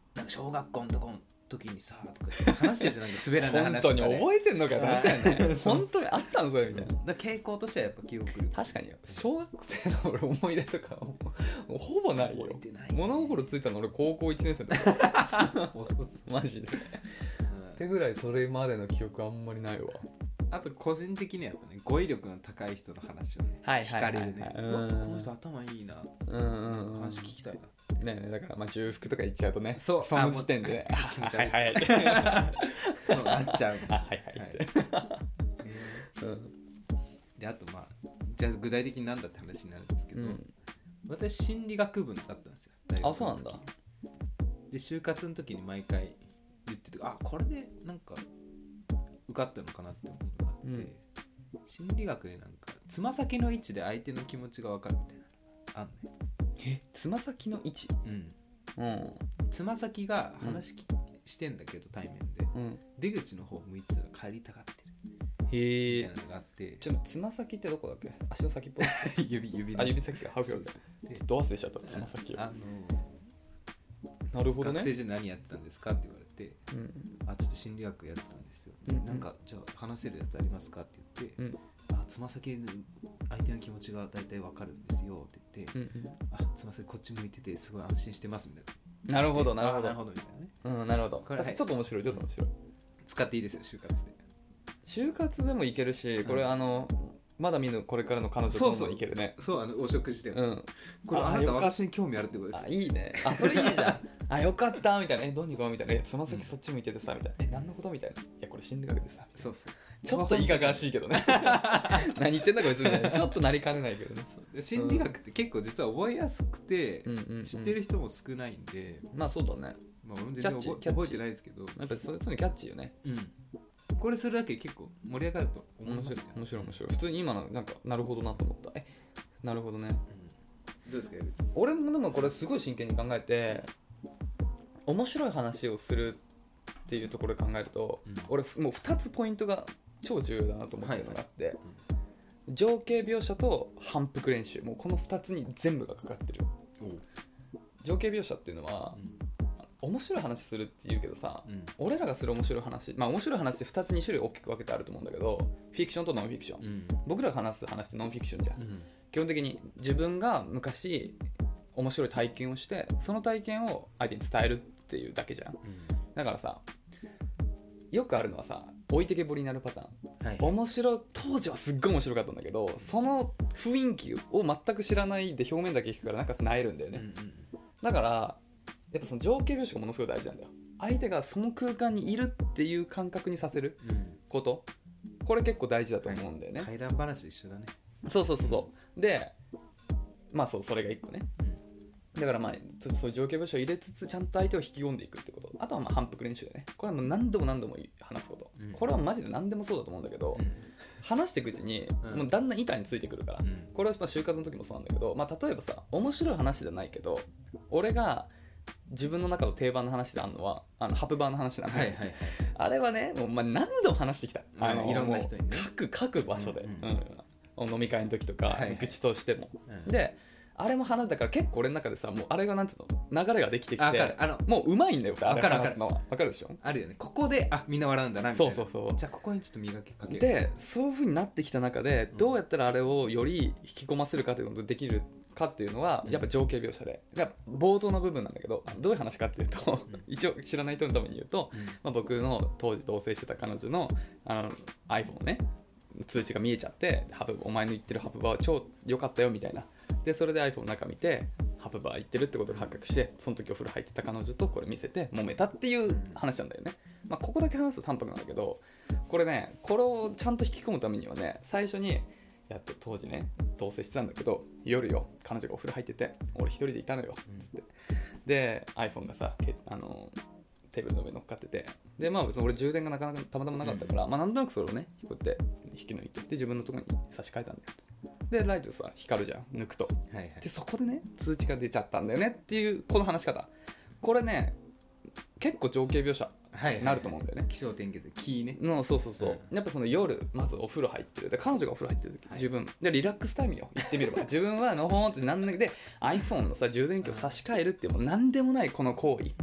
[SPEAKER 1] なんか小学校のとこ時にさとか話してるじゃん、なんか滑らない話とか、ね、
[SPEAKER 2] 本当に覚えてんのかよ確かにね本当にあったのそれみたいな。
[SPEAKER 1] だから傾向としてはやっぱ記憶力、
[SPEAKER 2] 確かに小学生の俺思い出とかもうほぼないよ。
[SPEAKER 1] 覚えてない、ね、
[SPEAKER 2] 物心ついたの俺高校いちねん生だマジで、うん、ってぐらいそれまでの記憶あんまりないわ。
[SPEAKER 1] あと個人的にはやっぱね語彙力の高い人の話をね、
[SPEAKER 2] はいはいはいはい、
[SPEAKER 1] 聞かれるね、
[SPEAKER 2] う
[SPEAKER 1] うわこの人頭いいな、
[SPEAKER 2] うんうんうん、
[SPEAKER 1] 話聞きたいな
[SPEAKER 2] ねえ、だからまあ重複とか言っちゃうとね、
[SPEAKER 1] そう
[SPEAKER 2] その時点でね、あ
[SPEAKER 1] 気持ち悪い、
[SPEAKER 2] はいはい
[SPEAKER 1] そうなっちゃう
[SPEAKER 2] あはいはいって、
[SPEAKER 1] はいねうん、であとまあじゃあ具体的に何だって話になるんですけど、うん、私心理学部だったんですよ。
[SPEAKER 2] あ、そうなんだ。
[SPEAKER 1] で就活の時に毎回言ってて、あこれでなんか受かったのかなって思うのがあって、うん、心理学でなんかつま先の位置で相手の気持ちが分かるみたいなのがあんね。
[SPEAKER 2] え、つま先の位置、
[SPEAKER 1] うんうん、つま先が話き、うん、してんだけど対面で、うん、出口の方向いてたら帰りたがってる
[SPEAKER 2] へえ
[SPEAKER 1] みたいなのがあって、
[SPEAKER 2] ちょっとつま先ってどこだっけ、足の先っぽい
[SPEAKER 1] 指指
[SPEAKER 2] あ指先がハウフちょっと忘れちゃったつま先を。あのなるほどね。
[SPEAKER 1] 学生時代何やってたんですかって言われて、うん、あちょっと心理学やってたんですよ、うん、なんかじゃあ話せるやつありますかって言って、うん、あつま先の相手の気持ちが大体わかるんですよって言って、うんうん、あつま先こっち向いててすごい安心してますみたいな。
[SPEAKER 2] なるほどなるほど
[SPEAKER 1] なるほどみたいなね。
[SPEAKER 2] うんなるほど。これ、はい、ちょっと面白いちょっと面白い。
[SPEAKER 1] 使っていいですよ就活で。
[SPEAKER 2] 就活でもいけるし、これ、うん、あのまだ見ぬこれからの彼女ともいけるね。
[SPEAKER 1] そうそう、そうあのお食事でも、
[SPEAKER 2] うん、
[SPEAKER 1] これあなた私に興味あるってことですよ。
[SPEAKER 2] あいいね。あそれいいじゃんあよかったみたいな、えどうにかみたいな、えつま先そっち向いててさみたいな、え何のことみたいな、いやこれ心理学でさ、
[SPEAKER 1] そうそう
[SPEAKER 2] ちょっといかがわしいけどね何言ってんだこいつみたいな、ちょっとなりかねないけどね。
[SPEAKER 1] で心理学って結構実は覚えやすくて、うん、知ってる人も少ないんで、
[SPEAKER 2] まあそうだね。
[SPEAKER 1] まあ、俺も全然覚え覚えてないですけど、
[SPEAKER 2] やっぱりそういうのキャッチーよね。
[SPEAKER 1] うん、これするだけ結構盛り上がると思いますよ。
[SPEAKER 2] 面白い面白い。普通に今のなんかなるほどなと思った。えなるほどね、
[SPEAKER 1] うん、どうですか矢口さん。
[SPEAKER 2] 俺もでもこれすごい真剣に考えて面白い話をするっていうところで考えると、うん、俺もうふたつポイントが超重要だなと思ってるのがあって、はいはいうん、情景描写と反復練習、もうこのふたつに全部がかかってる。情景描写っていうのは、うん、面白い話するっていうけどさ、うん、俺らがする面白い話、まあ面白い話ってふたつに種類大きく分けてあると思うんだけど、フィクションとノンフィクション、うん、僕らが話す話ってノンフィクションじゃん、うん、基本的に自分が昔面白い体験をしてその体験を相手に伝えるっていうだけじゃん、うん、だからさよくあるのはさ置いてけぼりになるパターン、はい、面白い当時はすっごい面白かったんだけどその雰囲気を全く知らないで表面だけ聞くからなんか萎えるんだよね、うんうん、だからやっぱその情景描写がものすごい大事なんだよ。相手がその空間にいるっていう感覚にさせること、うん、これ結構大事だと思うんだよね、
[SPEAKER 1] はい、怪談話一緒だね。
[SPEAKER 2] そうそうそうそうでまあそうそれが一個ね、うん、だからまあそういう情景描写を入れつつちゃんと相手を引き込んでいくってこと。あとはまあ反復練習でね、これはもう何度も何度も話すこと、うん、これはマジで何でもそうだと思うんだけど、うん、話していくうちにもうだんだん板についてくるから、うん、これはまあ就活の時もそうなんだけど、まあ、例えばさ面白い話じゃないけど俺が自分の中の定番の話であるのはあのハプバーの話なんで、はいはいはい、あれはねもうまあ何度も話してきた、
[SPEAKER 1] あのいろんな人にね
[SPEAKER 2] 各各場所で、うんうん、飲み会の時とか、はいはい、愚痴としても、うん、であれも話だから結構俺の中でさもうあれがなんつうの流れができてきてあのもううまいんだよあれ話すのは。分かるでしょ。
[SPEAKER 1] あるよねここであみんな笑うんだなみたいな。
[SPEAKER 2] そうそうそう。
[SPEAKER 1] じゃあここにちょっと磨きかける
[SPEAKER 2] でそういう風になってきた中でどうやったらあれをより引き込ませるかということができるかっていうのはやっぱ情景描写で、やっぱ冒頭の部分なんだけどどういう話かっていうと、うん、一応知らない人のために言うと、うんまあ、僕の当時同棲してた彼女の、あの iPhone ね通知が見えちゃってハプお前の言ってるハプバーは超良かったよみたいなでそれで iPhone の中見てハプバー行ってるってことが発覚してその時お風呂入ってた彼女とこれ見せて揉めたっていう話なんだよね、まあ、ここだけ話すと淡白なんだけどこれねこれをちゃんと引き込むためにはね最初にやって当時ね同棲してたんだけど夜よ彼女がお風呂入ってて俺一人でいたのよつって、うん、で iPhone がさあのテーブルの上に乗っかっててでまあ別に俺充電がなかなかたまたまなかったから、うん、まあなんとなくそれをねこうやって引き抜いてで自分のところに差し替えたんだよ。でライトさ光るじゃん抜くと、はいはい、でそこでね通知が出ちゃったんだよねっていうこの話し方これね結構情景描写になると思うんだよね、はいはいはい、
[SPEAKER 1] 気象点結キーね
[SPEAKER 2] のそうそうそう、うん、やっぱその夜まずお風呂入ってるで彼女がお風呂入ってる時、はい、自分でリラックスタイムよ言ってみれば自分はのほーんってなんだけで iPhone のさ充電器を差し替えるっていうもう何でもないこの行為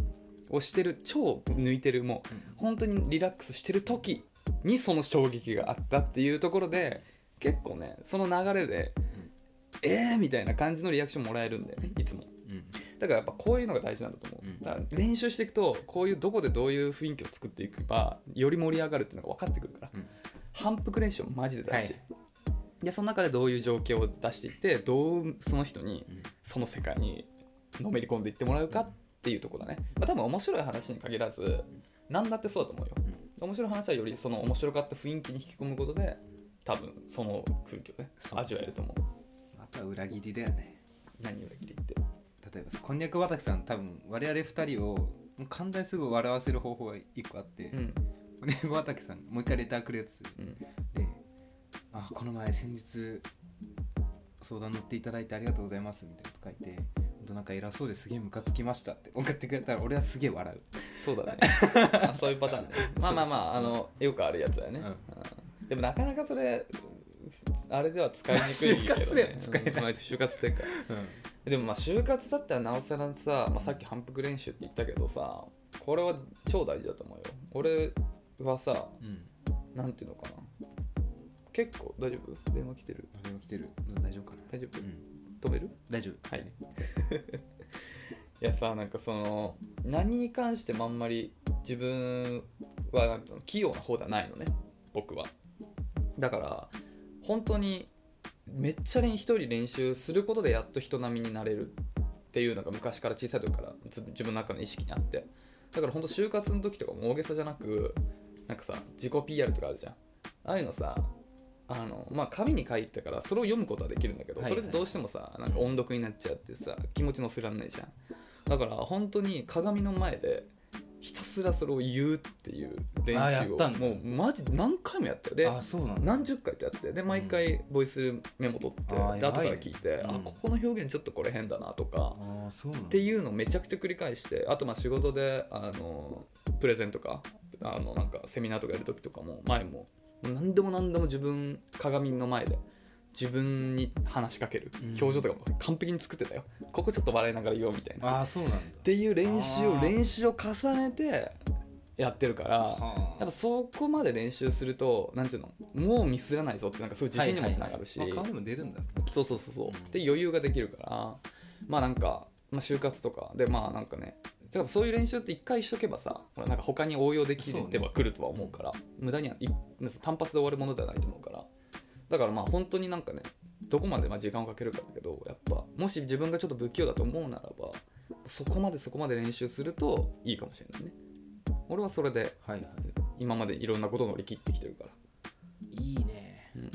[SPEAKER 2] をしてる、超抜いてる、もう本当にリラックスしてる時にその衝撃があったっていうところで、結構ねその流れで、うん、えーみたいな感じのリアクションもらえるんだよね、いつも、うん、だからやっぱこういうのが大事なんだと思う、うん、だから練習していくとこういうどこでどういう雰囲気を作っていけばより盛り上がるっていうのが分かってくるから、うん、反復練習はマジで大事、はい、でその中でどういう状況を出していってどうその人にその世界にのめり込んでいってもらうかっていうところだね、まあ、多分面白い話に限らず何だってそうだと思うよ、うん、面白い話はよりその面白かった雰囲気に引き込むことで多分その空気をね味わえると思う。
[SPEAKER 1] また裏切りだよね。
[SPEAKER 2] 何裏切りって？
[SPEAKER 1] 例えばさ、こんにゃく畑さん多分我々ふたりをもう簡単にすぐ笑わせる方法がいっこあって、うん、こんにゃく畑さんもう一回レターくれるとする、うん、で、あこの前先日相談乗っていただいてありがとうございますみたいなこと書いて、本当なんか偉そうですげえムカつきましたって送ってくれたら俺はすげえ笑う。
[SPEAKER 2] そうだねあそういうパターンね。まあまあまあ、あのよくあるやつだよね、うんうん、でもなかなかそれあれでは使いにくいけど、ね、就活では使えない、うん、就活っていうか、うん、でもまあ就活だったらなおさらさ、まあ、さっき反復練習って言ったけどさ、これは超大事だと思うよ。俺はさ、うん、なんていうのかな、結構大丈夫？電話来てる？
[SPEAKER 1] 電話来てる。大丈夫かな？
[SPEAKER 2] 大丈夫？うん、止める？
[SPEAKER 1] 大丈夫。
[SPEAKER 2] はい。いやさ、なんかその何に関してもあんまり自分はなんか器用な方ではないのね、僕は。だから本当にめっちゃ一人練習することでやっと人並みになれるっていうのが昔から小さい時から自分の中の意識にあって、だから本当就活の時とかも大げさじゃなく、なんかさ自己 ピーアール とかあるじゃん、ああいうのさ、あのまあ紙に書いてからそれを読むことはできるんだけど、それでどうしてもさなんか音読になっちゃってさ気持ち乗せらんないじゃん。だから本当に鏡の前でひたすらそれを言うっていう練習をもうマジで何回もやったよ。で、
[SPEAKER 1] あ、そうなんだ、
[SPEAKER 2] 何十回とやって、で毎回ボイスメモ取って、うん、で後から聞いて、うん、あここの表現ちょっとこれ変だなとか、
[SPEAKER 1] あ、そうなんだ
[SPEAKER 2] っていうのをめちゃくちゃ繰り返して、あとまあ仕事であのプレゼンとかあのなんかセミナーとかやるときとかも前も何でも何でも自分鏡の前で自分に話しかける、うん、表情とかも完璧に作ってたよ。ここちょっと笑いながら言おうみたいな。
[SPEAKER 1] あ、そうなんだ
[SPEAKER 2] っていう練習を練習を重ねてやってるから、やっぱそこまで練習するとなんていうの、もうミスらないぞってなんかそういう自信にもつながるし、
[SPEAKER 1] はいはいはい、顔にも出るんだろう、
[SPEAKER 2] そうそうそうそう、うん、で余裕ができるから、まあなんか、まあ、就活とかでまあなんかね、だからそういう練習って一回しとけばさ、なんか他に応用できてはくるとは思うから、ね、無駄には単発で終わるものではないと思うから、だからまあ本当になんかね、どこまでまあ時間をかけるかだけど、やっぱもし自分がちょっと不器用だと思うならば、そこまでそこまで練習するといいかもしれないね。俺はそれで今までいろんなことを乗り切ってきてるから。
[SPEAKER 1] いいね、うん、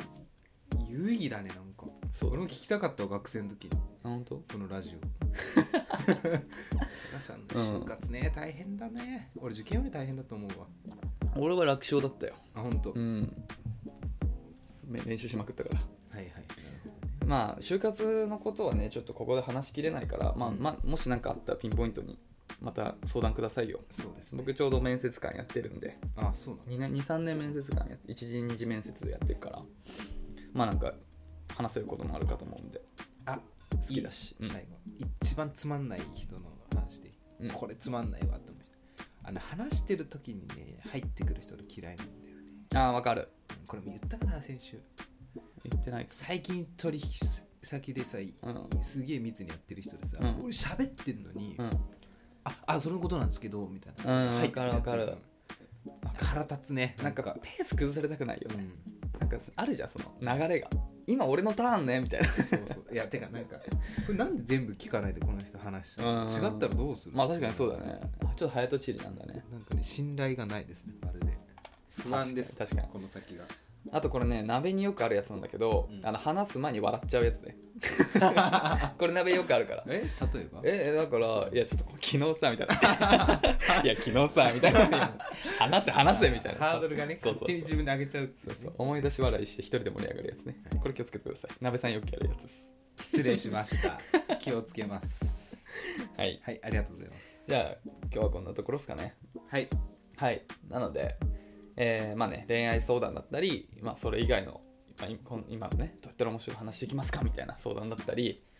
[SPEAKER 1] 有意義だね。なんかそう、俺も聞きたかったわ、学生の時に。
[SPEAKER 2] あ、本当？
[SPEAKER 1] このラジオ菅さんの就活ね、うん、大変だね。俺受験より大変だと思うわ。
[SPEAKER 2] 俺は楽勝だったよ。
[SPEAKER 1] あ、本当？
[SPEAKER 2] うん、練習しまくったから。
[SPEAKER 1] はいはい。
[SPEAKER 2] まあ就活のことはねちょっとここで話しきれないから、まあうん、まあもし何かあったらピンポイントにまた相談くださいよ。
[SPEAKER 1] そうですね、
[SPEAKER 2] 僕ちょうど面接官やってるんで。
[SPEAKER 1] あ、そうなの。
[SPEAKER 2] に、さんねん面接官やっていち次に次面接でやってるから、まあなんか話せることもあるかと思うんで。
[SPEAKER 1] あ、
[SPEAKER 2] 好きだし、
[SPEAKER 1] いい、最後、うん、一番つまんない人の話で、うん、これつまんないわと思う。あの話してる時にね入ってくる人が嫌いなんだよね。
[SPEAKER 2] ああ、わかる。
[SPEAKER 1] これも言ったかな、先週。
[SPEAKER 2] 言ってない。
[SPEAKER 1] 最近取引先でさ、うん、すげえ密にやってる人でさ、うん、俺喋ってんのに、うん、ああそのことなんですけどみたいな、
[SPEAKER 2] うん、入ってるやつ。わかるわかる。
[SPEAKER 1] 腹立つね。
[SPEAKER 2] なんかペース崩されたくないよね、うん、なんかあるじゃんその流れが、今俺のターンねみたいな。
[SPEAKER 1] そうそう、いやてかなんかこれなんで全部聞かないでこの人話して、違ったらどうする。
[SPEAKER 2] まあ確かにそうだね。ちょっと早とちりなんだね。
[SPEAKER 1] なんかね、信頼がないですね、まるで。不安です。
[SPEAKER 2] 確かに
[SPEAKER 1] この先が。
[SPEAKER 2] あとこれね、鍋によくあるやつなんだけど、うん、あの話す前に笑っちゃうやつねこれ鍋よくあるから。
[SPEAKER 1] え、例えば
[SPEAKER 2] えだからいやちょっと昨日さみたいないや昨日さみたいな話せ話せみたいな
[SPEAKER 1] ハードルがね、勝手に自分で上げちゃう、ね、
[SPEAKER 2] そうそう、思い出し笑いして一人で盛り上がるやつね、はい、これ気をつけてください。鍋さんよくやるやつです。
[SPEAKER 1] 失礼しました気をつけます
[SPEAKER 2] はい
[SPEAKER 1] はい、ありがとうございます。じ
[SPEAKER 2] ゃあ今日はこんなところですかね。
[SPEAKER 1] はい
[SPEAKER 2] はい、なのでえー、まあね恋愛相談だったり、まあ、それ以外の、まあ、今ねどうやったら面白い話できますかみたいな相談だったり、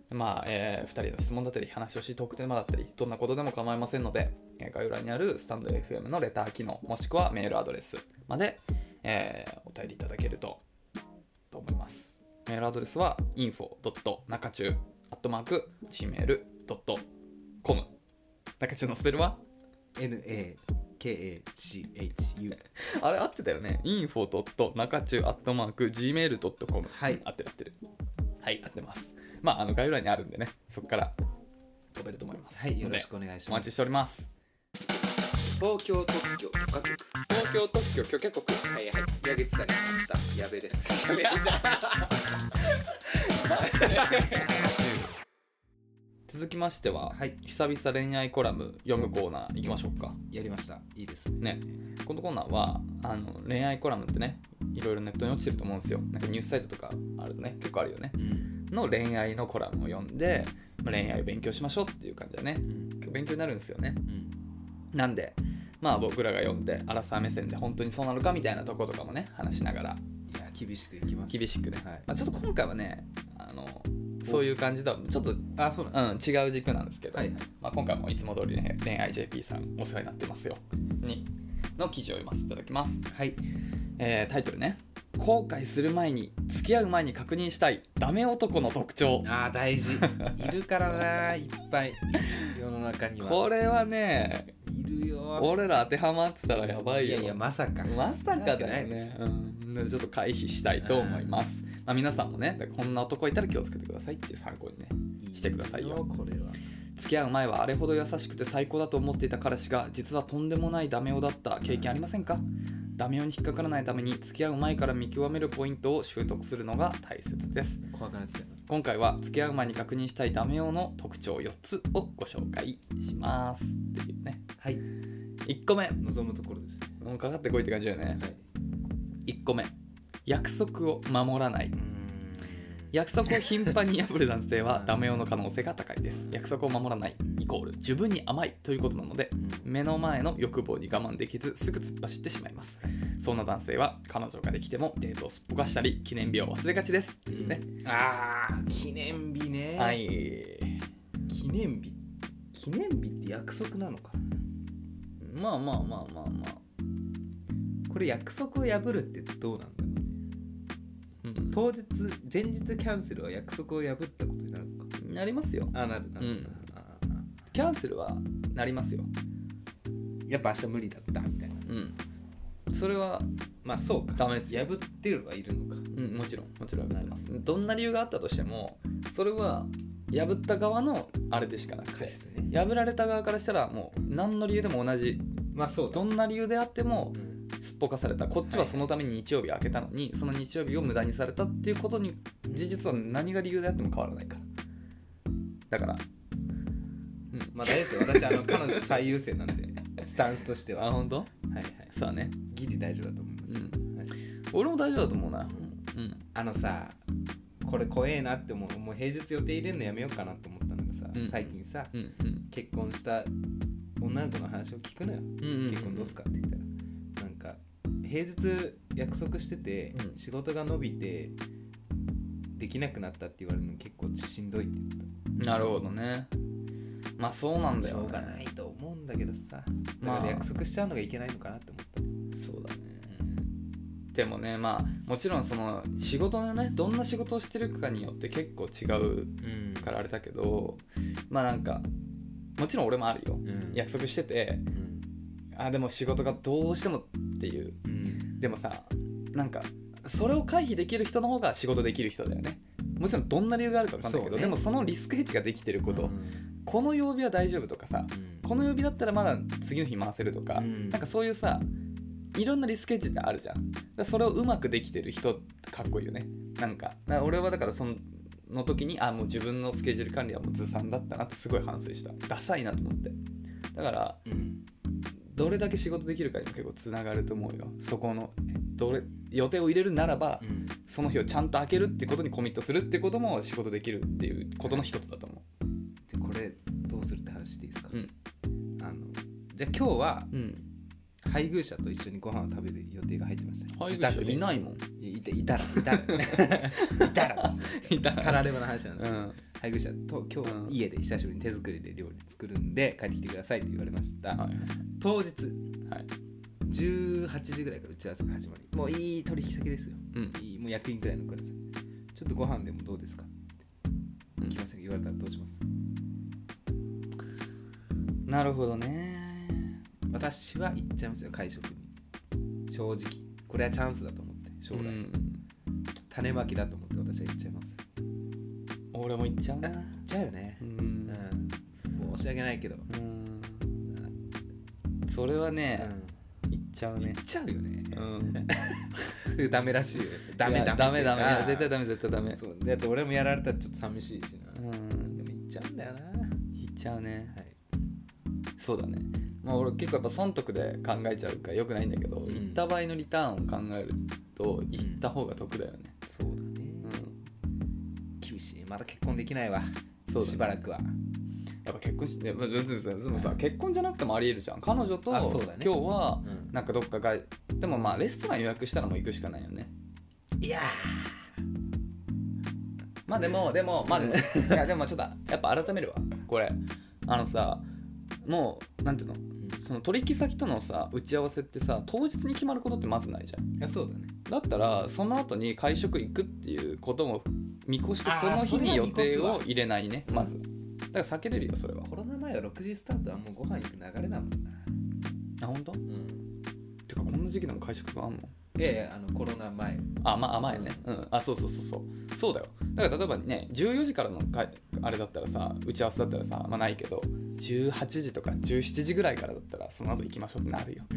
[SPEAKER 2] まあえー、ふたりの質問だったり話をしいトークテーマだったりどんなことでも構いませんので、えー、概要欄にあるスタンド エフエム のレター機能もしくはメールアドレスまで、えー、お便りいただけるとと思います。メールアドレスは インフォドットナカチュウ アットマーク ジーメールドットコム 中中のスペルは
[SPEAKER 1] エヌエーケーエーシーエイチユー
[SPEAKER 2] あれ合ってたよね。 インフォドットナカチュウ アットマーク ジーメールドットコム
[SPEAKER 1] はい
[SPEAKER 2] 合ってる合ってるはい合ってます。まああの概要欄にあるんでね、そこから飛べると思います。
[SPEAKER 1] はい、よろしくお願いします。
[SPEAKER 2] お待ちしております。
[SPEAKER 1] 東京特許許可局。
[SPEAKER 2] 東京特許許可国。
[SPEAKER 1] はいはい。矢口さんに会った矢部です。矢部じゃ
[SPEAKER 2] 続きましては、
[SPEAKER 1] はい、
[SPEAKER 2] 久々恋愛コラム読むコーナー行きましょうか。
[SPEAKER 1] やりました。いいですね。
[SPEAKER 2] ね、このコーナーはあの恋愛コラムってね、いろいろネットに落ちてると思うんですよ。なんかニュースサイトとかあるとね、結構あるよね。うん、の恋愛のコラムを読んで、まあ、恋愛を勉強しましょうっていう感じだね。うん、結構勉強になるんですよね。うん、なんで、まあ僕らが読んでアラサー目線で本当にそうなのかみたいなところとかもね話しながら。
[SPEAKER 1] いや厳しくいきます。
[SPEAKER 2] 厳しくね。
[SPEAKER 1] はい、
[SPEAKER 2] まあ、ちょっと今回はね、あのそういう感じとはちょっと
[SPEAKER 1] あそうなん
[SPEAKER 2] です、うん、違う軸なんですけど、はいはい、まあ、今回もいつも通りね恋愛 ジェーピー さんお世話になってますよにの記事を読ませていただきます。
[SPEAKER 1] はい、え
[SPEAKER 2] ー、タイトルね、後悔する前に付き合う前に確認したいダメ男の特徴。
[SPEAKER 1] あー大事いるからないっぱい世の中には。
[SPEAKER 2] これはね
[SPEAKER 1] いるよ。
[SPEAKER 2] 俺ら当てはまってたらやばいよ。
[SPEAKER 1] いやいやまさか
[SPEAKER 2] まさかだよね、うん、ちょっと回避したいと思います。まあ、皆さんもねこんな男いたら気をつけてくださいっていう参考にねしてくださいよ。
[SPEAKER 1] これは
[SPEAKER 2] 付き合う前はあれほど優しくて最高だと思っていた彼氏が実はとんでもないダメ男だった経験ありませんか？ダメ男に引っかからないために付き合う前から見極めるポイントを習得するのが大切です。
[SPEAKER 1] 怖くなってたよ。
[SPEAKER 2] 今回は付き合う前に確認したいダメ男の特徴よっつをご紹介しますっていうね。
[SPEAKER 1] はい、
[SPEAKER 2] いっこめ
[SPEAKER 1] 望むところですね。
[SPEAKER 2] もうかかってこいって感じだよね。はい、いっこめ、約束を守らない。約束を頻繁に破る男性はダメ男の可能性が高いです。約束を守らないイコール自分に甘いということなので、目の前の欲望に我慢できずすぐ突っ走ってしまいます。そんな男性は彼女ができてもデートをすっぽかしたり記念日を忘れがちですっていうね。
[SPEAKER 1] あー記念日ね。
[SPEAKER 2] はい、
[SPEAKER 1] 記念日記念日って約束なのか。
[SPEAKER 2] まあまあまあまあまあ、
[SPEAKER 1] これ約束を破るってどうなんだろうね。うん、当日前日キャンセルは約束を破ったことになるのか。
[SPEAKER 2] なりますよ。
[SPEAKER 1] あなるなる、うん、
[SPEAKER 2] あキャンセルはなりますよ。
[SPEAKER 1] やっぱ明日無理だったみたいな。
[SPEAKER 2] うん、それは
[SPEAKER 1] まあそうか、
[SPEAKER 2] ダメです。
[SPEAKER 1] 破ってるはいるのか。
[SPEAKER 2] うん、もちろんもちろんあります。どんな理由があったとしてもそれは破った側のあれでしかなくて、ね、破られた側からしたらもう何の理由でも同じ、
[SPEAKER 1] まあそう
[SPEAKER 2] どんな理由であっても、うん、すっぽかされた。こっちはそのために日曜日開けたのに、はい、その日曜日を無駄にされたっていうことに事実は何が理由であっても変わらないからだから、
[SPEAKER 1] うん、まあ大丈夫ですよ。私あの彼女最優先なんでスタンスとしては。
[SPEAKER 2] あ本当？
[SPEAKER 1] はいはい。
[SPEAKER 2] そうだね。
[SPEAKER 1] ギリ大丈夫だと思います、
[SPEAKER 2] うんはい、俺も大丈夫だと思うな、うん、
[SPEAKER 1] あのさこれ怖えなって思う。もう平日予定入れるのやめようかなと思ったのがさ、うん、最近さ、うんうん、結婚した女の子の話を聞くのよ、うんうんうん、結婚どうすかって言ったらなんか平日約束してて、うん、仕事が伸びてできなくなったって言われるの結構しんどいって言って
[SPEAKER 2] た。なるほどね。まあそうなんだよね。
[SPEAKER 1] しょうがないと思うんだけどさ、だから約束しちゃうのがいけないのかなって思った、ま
[SPEAKER 2] あ、そうだね。でもね、まあもちろんその仕事のね、どんな仕事をしてるかによって結構違うからあれだけど、うん、まあなんかもちろん俺もあるよ、うん、約束してて、うん、あでも仕事がどうしてもっていう、うん、でもさなんかそれを回避できる人の方が仕事できる人だよね。もちろんどんな理由があるか分かんないけど、ね、でもそのリスクヘッジができてること、うん、この曜日は大丈夫とかさ、うん、この曜日だったらまだ次の日回せるとか、うん、なんかそういうさいろんなリスクヘッジってあるじゃん。だそれをうまくできてる人かっこいいよね。なんか俺はだからそのの時にあもう自分のスケジュール管理はもうずさんだったなってすごい反省した。ダサいなと思って。だから、うん、どれだけ仕事できるかにも結構つながると思うよ。そこのどれ予定を入れるならば、うん、その日をちゃんと開けるってことにコミットするってことも仕事できるっていうことの一つだと思う。
[SPEAKER 1] じゃこれどうするって話でいいですか、うん、あのじゃあ今日は、うん配偶者と一緒にご飯を食べる予定が入ってました、ね、
[SPEAKER 2] 配偶者いないもん。
[SPEAKER 1] いたいたらいたらいたらですいたらたらればの話なんですけど、うん、 配偶者と今日家で久しぶりに手作りで料理作るんで帰ってきてくださいって言われました、はい、当日、はい、じゅうはちじぐらいから打ち合わせが始まり、もういい取引先ですよ、うん、いいもう役員くらいのクラス、ちょっとご飯でもどうですかって行きません、言われたらどうします？
[SPEAKER 2] なるほどね。
[SPEAKER 1] 私は行っちゃいますよ、会食に。正直これはチャンスだと思って将来、うん、種まきだと思って私は行っちゃいます。
[SPEAKER 2] 俺も行っちゃうな。
[SPEAKER 1] 行っちゃうよね、うんうん、申し訳ないけど、うん、
[SPEAKER 2] それはね、うん、行っちゃうね。
[SPEAKER 1] 行っちゃうよね、うん、ダメらしいよ。ダメダメ
[SPEAKER 2] ダメダメ、いや絶対ダメ絶対ダメ。
[SPEAKER 1] そうだって俺もやられたらちょっと寂しいしな、うん、でも行っちゃうんだよな。
[SPEAKER 2] 行っちゃうね、はい、そうだね。まあ、俺結構やっぱ損得で考えちゃうからよくないんだけど、うん、行った場合のリターンを考えると行った方が得だよね、
[SPEAKER 1] うん、そうだね、うん、厳しい。まだ結婚できないわ。そうだ、ね、しばらくは
[SPEAKER 2] やっぱ結婚して、まあ、でもさ、結婚じゃなくてもありえるじゃん。彼女と、ね、今日はなんかどっかが、うん、でもまあレストラン予約したらもう行くしかないよね。
[SPEAKER 1] いや
[SPEAKER 2] まあでもでもまあでもいやでもちょっとやっぱ改めるわこれ。あのさ、もうなんていうの、その取引先とのさ打ち合わせってさ当日に決まることってまずないじゃん。
[SPEAKER 1] いやそうだね。
[SPEAKER 2] だったらその後に会食行くっていうことも見越してその日に予定を入れないね、まず。だから避けれるよそれは。
[SPEAKER 1] コロナ前はろくじスタートはもうご飯行く流れだもんな。
[SPEAKER 2] あ、本当？うん。てかこんな時期でも会食とかあんの？
[SPEAKER 1] いやいや、あのコロナ前。
[SPEAKER 2] あ、まあ前ね、うん、うん、あ、そうそうそうそうそうだよ。だから例えばねじゅうよじからの会あれだったらさ、打ち合わせだったらさ、まあないけどじゅうはちじとかじゅうしちじぐらいからだったらその後行きましょうってなるよ、うん、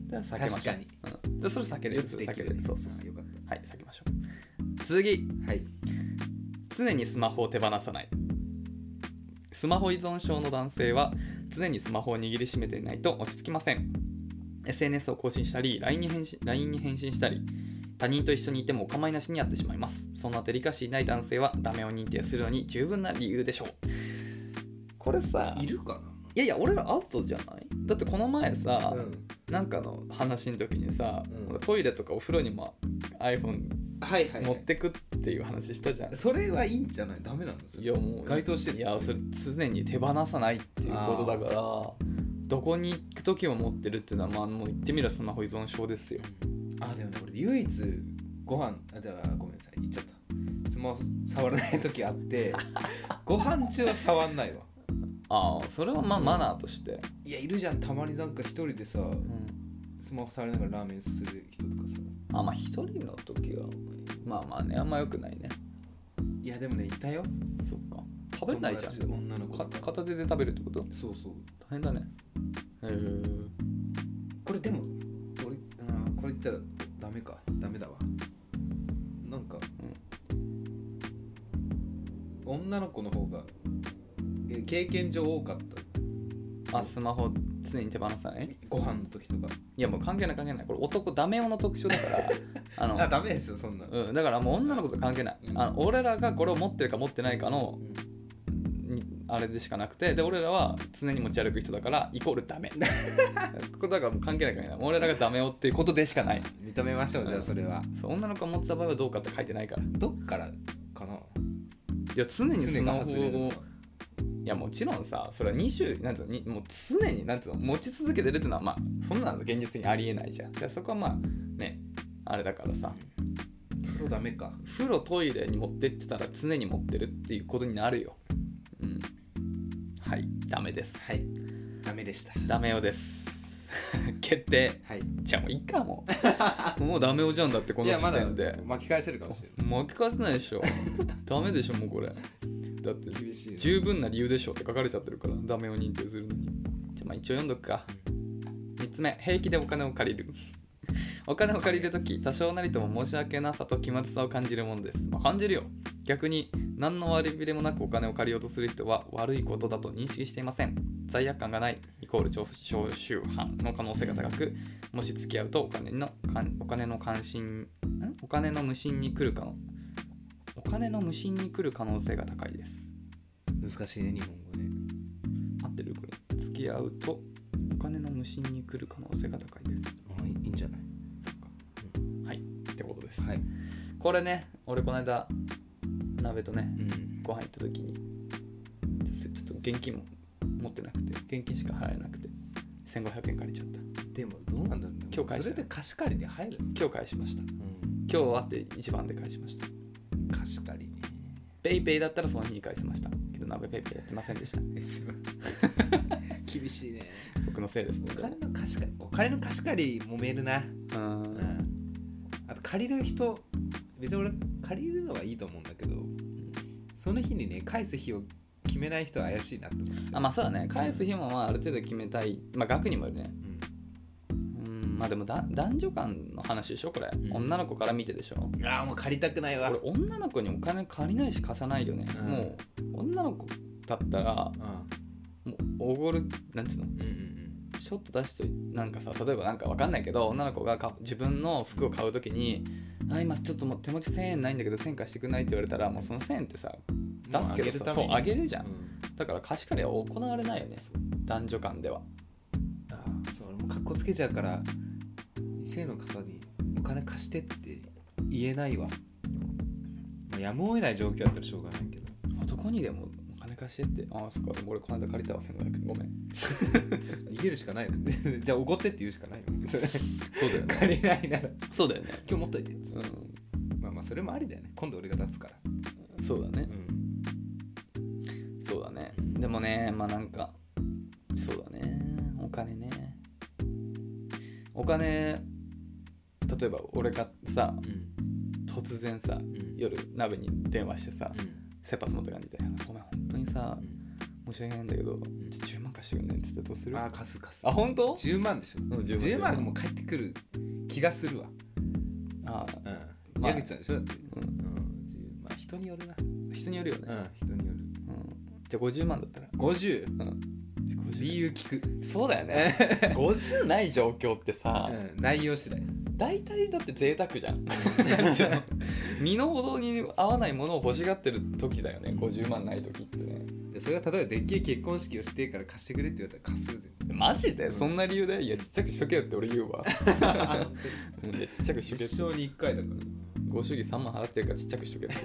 [SPEAKER 2] だから避けましょう。確かに、うん、でそれ避けれる。避けれる。そうそうそう、よかった。はい、避けましょう。次、はい、常にスマホを手放さない。スマホ依存症の男性は常にスマホを握りしめていないと落ち着きません。 エスエヌエス を更新したり ライン に返信、ライン に返信したり他人と一緒にいてもお構いなしにやってしまいます。そんなデリカシーない男性はダメを認定するのに十分な理由でしょう。これさ、
[SPEAKER 1] いるかな。
[SPEAKER 2] いやいや俺らアウトじゃない？だってこの前さ、うん、なんかの話の時にさ、うん、トイレとかお風呂にも iPhone 持ってくっていう話したじゃん、はいはいはい、
[SPEAKER 1] それはいいんじゃない？ダメなんですよ。いやもう該当してる。
[SPEAKER 2] いやそれ常に手放さないっていうことだから、どこに行く時も持ってるっていうのはまあもう言ってみればスマホ依存症ですよ。
[SPEAKER 1] あ、でもね、俺唯一ご飯あだからごめんなさい言っちゃった。スマホ触らない時あってご飯中は触んないわ。
[SPEAKER 2] ああ、それはまあマナーとして。
[SPEAKER 1] いやいるじゃん、たまになんか一人でさ、うん、スマホ触りながらラーメンする人とかさ。
[SPEAKER 2] あ、まあ一人の時はまあまあね、あんま良くないね。
[SPEAKER 1] いやでもね、いたよ。
[SPEAKER 2] そっか、食べないじゃん。女の子か片手で食べるってこと？
[SPEAKER 1] そうそう、
[SPEAKER 2] 大変だね。へえ。
[SPEAKER 1] これでも俺、あ、これ言ったらダメか、ダメだわ。なんか、うん、女の子の方が経験上多かった。
[SPEAKER 2] あ、スマホ常に手放さない？
[SPEAKER 1] ご飯の時とか。
[SPEAKER 2] いやもう関係ない関係ない。これ男ダメ男の特徴だからあの
[SPEAKER 1] あ、ダメですよそんな、
[SPEAKER 2] うん、だからもう女の子と関係ない、うん、あの俺らがこれを持ってるか持ってないかの、うん、あれでしかなくて、で俺らは常に持ち歩く人だからイコールダメこれだからもう関係ない関係ない。俺らがダメ男っていうことでしかない。
[SPEAKER 1] 認めましょう、じゃあそれは。
[SPEAKER 2] そう、女の子が持ってた場合はどうかって書いてないから。
[SPEAKER 1] どっからかな。い
[SPEAKER 2] や常にスマホを、いやもちろんさ、それはにじゅうなんていうのにもう常になんていうの持ち続けてるっていうのはまあそんなの現実にありえないじゃん。でそこはまあねあれだからさ、
[SPEAKER 1] 風呂ダメか。
[SPEAKER 2] 風呂トイレに持ってってたら常に持ってるっていうことになるよ。うん。はい、ダメです。
[SPEAKER 1] はい、ダメでした。
[SPEAKER 2] ダメ男です決定。はい。じゃあもういいかもうもうダメ男じゃんだってこの時点で。いやまだ
[SPEAKER 1] 巻き返せるかもしれない。
[SPEAKER 2] 巻き返せないでしょダメでしょもうこれ。だって十分な理由でしょって書かれちゃってるから、ダメを認定するのに。じゃあまあ一応読んどくか。みっつめ、平気でお金を借りるお金を借りるとき多少なりとも申し訳なさと気まずさを感じるものです。まあ、感じるよ。逆に何の割り切れもなくお金を借りようとする人は悪いことだと認識していません。罪悪感がないイコール常習犯の可能性が高く、もし付き合うとお金のお金の関心んお金の無心に来るかのお金の無心に来る可能性が高いです。
[SPEAKER 1] 難しいね日本語ね。
[SPEAKER 2] 合ってるこれ。付き合うとお金の無心に来る可能性が高いです。
[SPEAKER 1] あ、いいんじゃない。
[SPEAKER 2] そっか、うん、はいってことです。
[SPEAKER 1] はい。
[SPEAKER 2] これね、俺この間鍋とね、
[SPEAKER 1] うん、
[SPEAKER 2] ご飯行った時にちょっと現金も持ってなくて現金しか払えなくてせんごひゃくえん借りちゃった。
[SPEAKER 1] でもどうなんだろうね、
[SPEAKER 2] 今日返した。
[SPEAKER 1] それで貸し借りに入るの？
[SPEAKER 2] 今日返しました、うん、今日はって一番で返しました。
[SPEAKER 1] 貸し借りね。
[SPEAKER 2] ペイペイだったらその日に返せましたけど、鍋ペイペイやってませんでした。
[SPEAKER 1] えすいません厳しいね。
[SPEAKER 2] 僕のせいですね。
[SPEAKER 1] お金の貸し借り、お金の貸し借り揉めるな。
[SPEAKER 2] うん、うん、
[SPEAKER 1] あと借りる人、別に俺借りるのはいいと思うんだけど、うん、その日にね返す日を決めない人は怪しいなって思っちゃう。
[SPEAKER 2] あ、まあそうだね。返す日もまあある程度決めたい。まあ額にもよるね。うん、うん、まあでもだ男女間の話でしょこれ、うん、女の子から見てでしょ。
[SPEAKER 1] ああもう借りたくないわ。
[SPEAKER 2] 俺女の子にお金借りないし貸さないよね、うん、もう女の子だったら、うん、もうおごるなんつうの、うんうんうん、ちょっと出しといて、なんかさ、例えばなんか分かんないけど女の子がか自分の服を買うときに、あ今ちょっともう手持ちせんえんないんだけどせんえん貸してくんないって言われたら、もうそのせんえんってさ出すけどさ、そうあげるじゃん、うん、だから貸し借りは行われないよね男女間では。
[SPEAKER 1] ああそう、俺もカッコつけちゃうから異性の方にお金貸してって言えないわ。まあ、やむを得ない状況だったらしょうがないけど、
[SPEAKER 2] 男にでもお金貸してって、ああそっか俺この間借りたわせんごひゃくえんごめん
[SPEAKER 1] 逃げるしかないのでじゃあおごってって言うしかないよそれ
[SPEAKER 2] そうだよね
[SPEAKER 1] 借りないなら
[SPEAKER 2] そうだよね
[SPEAKER 1] 今日持っといてっつって、うん、まあまあそれもありだよね。今度俺が出すから。
[SPEAKER 2] そうだね、うん、そうだね。でもねまあなんかそうだね、お金ね、お金例えば俺がさ、うん、突然さ、うん、夜鍋に電話してさ、うん、切羽詰まった感じでごめん本当にさ、うん、申し訳ないんだけど、うん、じゅうまん貸してくんねんっつってどうする？
[SPEAKER 1] あ貸す貸す。
[SPEAKER 2] あ本当？
[SPEAKER 1] じゅうまんでしょ、うん、じゅうまん, じゅうまんがもう返ってくる気がするわ。ああ、うん、矢口さんでしょだって、うんうんまあ、人によるな。
[SPEAKER 2] 人によるよね、
[SPEAKER 1] うん、人による、うん、
[SPEAKER 2] じゃあごじゅうまんだったら
[SPEAKER 1] ごじゅう、うん、理由聞く。
[SPEAKER 2] そうだよねごじゅうない状況ってさ、
[SPEAKER 1] うん、内容次第。
[SPEAKER 2] 大体だって贅沢じゃん身の程に合わないものを欲しがってる時だよねごじゅうまんない時ってね。
[SPEAKER 1] でそれが例えばでっけえ結婚式をしてから貸してくれって言われたら貸すぜ。
[SPEAKER 2] マジで、うん、そんな理由でいやちっちゃくしとけよって俺言うわいやちっちゃくしとけ
[SPEAKER 1] 一生にいっかいだから
[SPEAKER 2] ご祝儀さんまん払ってるからちっちゃくしとけって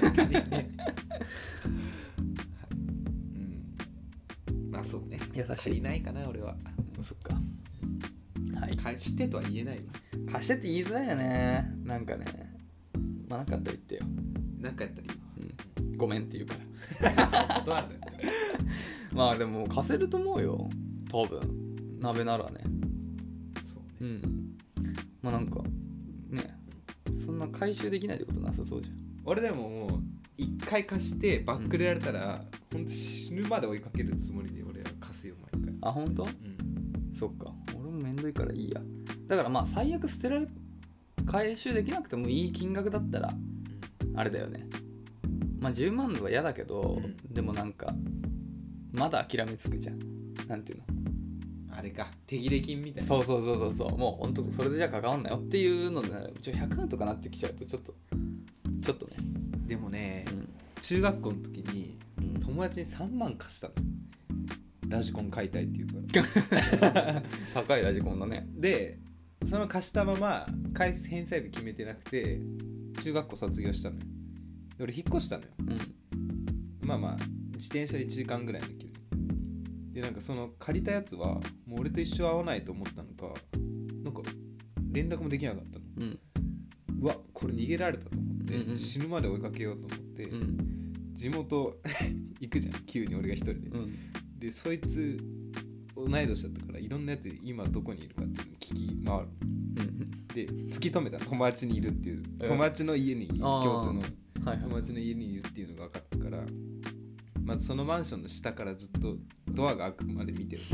[SPEAKER 1] うんまあそうね、
[SPEAKER 2] 優しい。
[SPEAKER 1] いないかな俺は。
[SPEAKER 2] そっか、
[SPEAKER 1] はい、貸してとは言えないわ。
[SPEAKER 2] 貸してって言いづらいよね。なんかね、まあなんかあったら言ってよ。
[SPEAKER 1] なんかやったらいい、
[SPEAKER 2] うん、ごめんって言うから
[SPEAKER 1] どうある
[SPEAKER 2] まあでも貸せると思うよ多分鍋ならね。
[SPEAKER 1] そうね、
[SPEAKER 2] うん、まあなんかねそんな回収できないってことなさそうじゃん。
[SPEAKER 1] 俺でももう一回貸してバックれられたら、うん、ほんと死ぬまで追いかけるつもりで俺は貸すよ毎回。
[SPEAKER 2] あ本当？うんそっか、俺もめんどいからいいや。だからまあ最悪捨てられ回収できなくてもいい金額だったらあれだよね。まあじゅうまんは嫌だけど、うん、でもなんかまだ諦めつくじゃん。なんていうの
[SPEAKER 1] あれか手切れ金みたいな。
[SPEAKER 2] そうそうそうそうそうもうほんとそれでじゃあ関わんなよっていうので、ね、ひゃくえんとかなってきちゃうとちょっとちょっとね。
[SPEAKER 1] でもね、うん、中学校の時に友達にさんまん貸したの。ラジコン買いたいって言うから
[SPEAKER 2] 高いラジコンだね。
[SPEAKER 1] でその貸したまま返す返済日決めてなくて中学校卒業したのよ。で俺引っ越したのよ、うん、まあまあ自転車でいちじかんぐらいの距離で、なんかその借りたやつはもう俺と一生会わないと思ったのかなんか連絡もできなかったの、うん、うわこれ逃げられたと思って、うんうん、死ぬまで追いかけようと思って、うん、地元行くじゃん急に俺が一人で、うん、でそいつ同い年だったからいろんなやつ今どこにいるかっていうのを聞き回る、うん、で突き止めた友達にいるっていう、うん、友達の家に共通の友達の家にいるっていうのが分かったから、まずそのマンションの下からずっとドアが開くまで見てる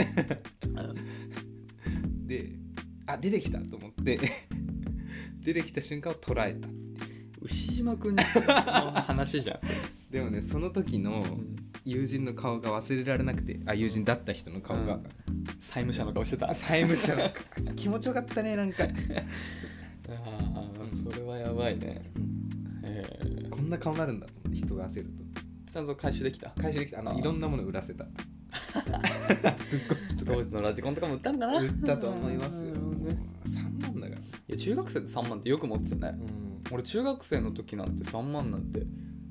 [SPEAKER 1] であ出てきたと思って出てきた瞬間を捉えた。
[SPEAKER 2] 牛島くんの話じゃん
[SPEAKER 1] でもねその時の友人の顔が忘れられなくて、あ友人だった人の顔が、うん、
[SPEAKER 2] 債務者の顔してた。
[SPEAKER 1] 債務者の顔気持ちよかったねなんかあ
[SPEAKER 2] それはやばいね、
[SPEAKER 1] えー、こんな顔になるんだと思って人が焦ると
[SPEAKER 2] ちゃんと回収できた。
[SPEAKER 1] 回収できた。あのいろんなもの売らせた
[SPEAKER 2] 当時のラジコンとかも売ったんかな。
[SPEAKER 1] 売ったと思いますよさんまんだから。い
[SPEAKER 2] や中学生でさんまんってよく持ってたね、うん、俺中学生の時なんてさんまんなんて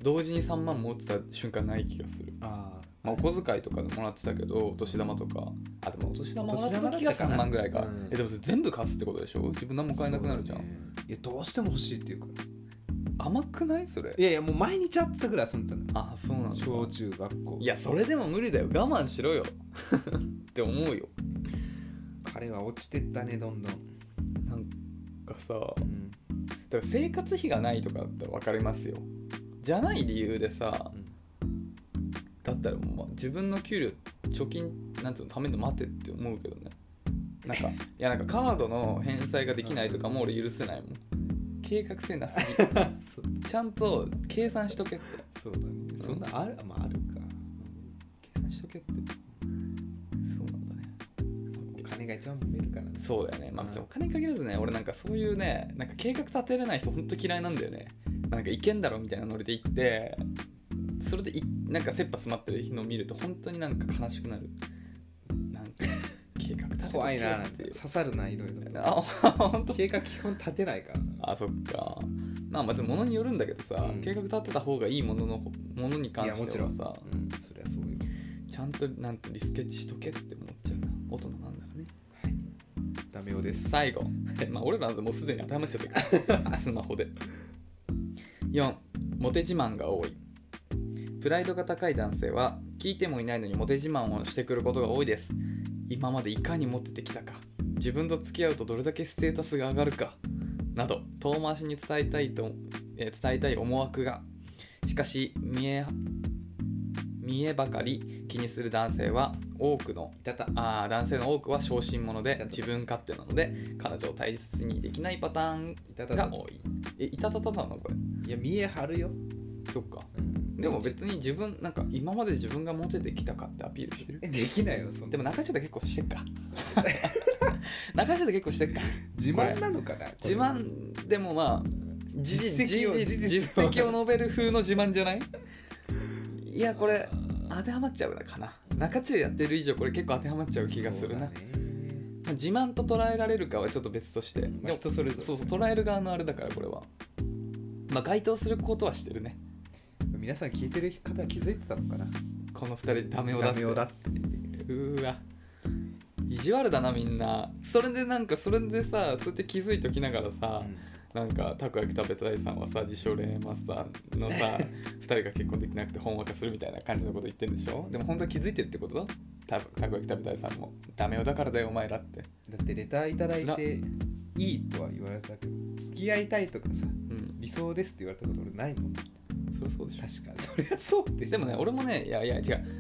[SPEAKER 2] 同時にさんまん持ってた瞬間ない気がする。
[SPEAKER 1] あ
[SPEAKER 2] まあ、お小遣いとかでもらってたけどお年玉とか、あでもお年玉もらった時がさんまんぐらいか、うん、えでも全部貸すってことでしょ。自分何も買えなくなるじゃん、ね、
[SPEAKER 1] いやどうしても欲しいっていうから
[SPEAKER 2] 甘くないそれ。
[SPEAKER 1] いやいやもう毎日会ってたぐらい遊んでたの。
[SPEAKER 2] あそうなんだ。
[SPEAKER 1] 小中学校。
[SPEAKER 2] いやそれでも無理だよ、我慢しろよって思うよ。
[SPEAKER 1] 彼は落ちてったねどんどん。
[SPEAKER 2] なんかさ、
[SPEAKER 1] うん、
[SPEAKER 2] だから生活費がないとかだったら分かりますよ。じゃない理由でさ、うんだったらもう自分の給料貯金なんていうのために待てって思うけどね。なんかいやなんかカードの返済ができないとかも俺許せないもん。計画性なすぎちゃんと計算しとけって。
[SPEAKER 1] そうだね、うん、そんなある、まあ、あるか。
[SPEAKER 2] 計算しとけって。そうなんだね。
[SPEAKER 1] お金が一番見えるからね。
[SPEAKER 2] そうだよね。まあ別にお金限らずね、俺なんかそういうねなんか計画立てれない人ほんと嫌いなんだよね。なんかいけんだろみたいなノリで言ってそれでいなんか切羽詰まってるのを見ると本当になんか悲しくなる。なんか計画立てて
[SPEAKER 1] 怖いななんて刺さるないろいろ。
[SPEAKER 2] あ本当。
[SPEAKER 1] 計画基本立てないから。
[SPEAKER 2] あそっか。まあ別に物によるんだけどさ、うん、計画立てた方がいいもののものに関してはさ、
[SPEAKER 1] うん、そりゃそうよ。
[SPEAKER 2] ちゃんとなんとリスケッチしとけって思っちゃうな。大人なんだらね。
[SPEAKER 1] はい。ダメよです。
[SPEAKER 2] 最後。まあ俺らなんてもうすでに当てはまっちゃったけどスマホで。よんモテ自慢が多い。プライドが高い男性は聞いてもいないのにモテ自慢をしてくることが多いです。今までいかにモテてきたか、自分と付き合うとどれだけステータスが上がるかなど遠回しに伝えたいと、えー、伝えたい思惑が。しかし見え見えばかり気にする男性は多くの
[SPEAKER 1] いたた
[SPEAKER 2] あ男性の多くは小心者で自分勝手なので彼女を大切にできないパターンが多い。えいたたたなのこれ。
[SPEAKER 1] いや見え張るよ。
[SPEAKER 2] そっか、うん、でも別に自分なんか今まで自分がモテてきたかってアピールしてる。
[SPEAKER 1] えできないよそんな。
[SPEAKER 2] でも中条で結構してっか中条で結構してっか。
[SPEAKER 1] 自慢なのかな。
[SPEAKER 2] 自慢でもまあ
[SPEAKER 1] 実績を
[SPEAKER 2] 実績を述べる風の自慢じゃない。いやこれ当てはまっちゃうかな。中中やってる以上これ結構当てはまっちゃう気がするな。まあ、自慢と捉えられるかはちょっと別として、まあ、
[SPEAKER 1] でも人それぞれ
[SPEAKER 2] そうそう捉える側のあれだからこれはまあ該当することはしてるね。
[SPEAKER 1] 皆さん聞いてる方は気づいてたのかな。
[SPEAKER 2] このふたりダメ男だって。
[SPEAKER 1] ダメ男だって
[SPEAKER 2] うーわ意地悪だなみんな。それでなんかそれでさそうやって気づいときながらさ、うんなんかたこ焼き食べたいさんはさ自称恋愛マスターのさふたりが結婚できなくてほんわかするみたいな感じのこと言ってるんでしょ。でも本当は気づいてるってことだ。たたこ焼き食べたいさんもダメよだからだよお前らって。
[SPEAKER 1] だってレターいただいていいとは言われたけど付き合いたいとかさ、うん、理想ですって言われたこと俺ないもん。
[SPEAKER 2] そりゃそうでしょ。
[SPEAKER 1] 確かにそりゃそうでしょ。
[SPEAKER 2] でもね俺もねいやいや違う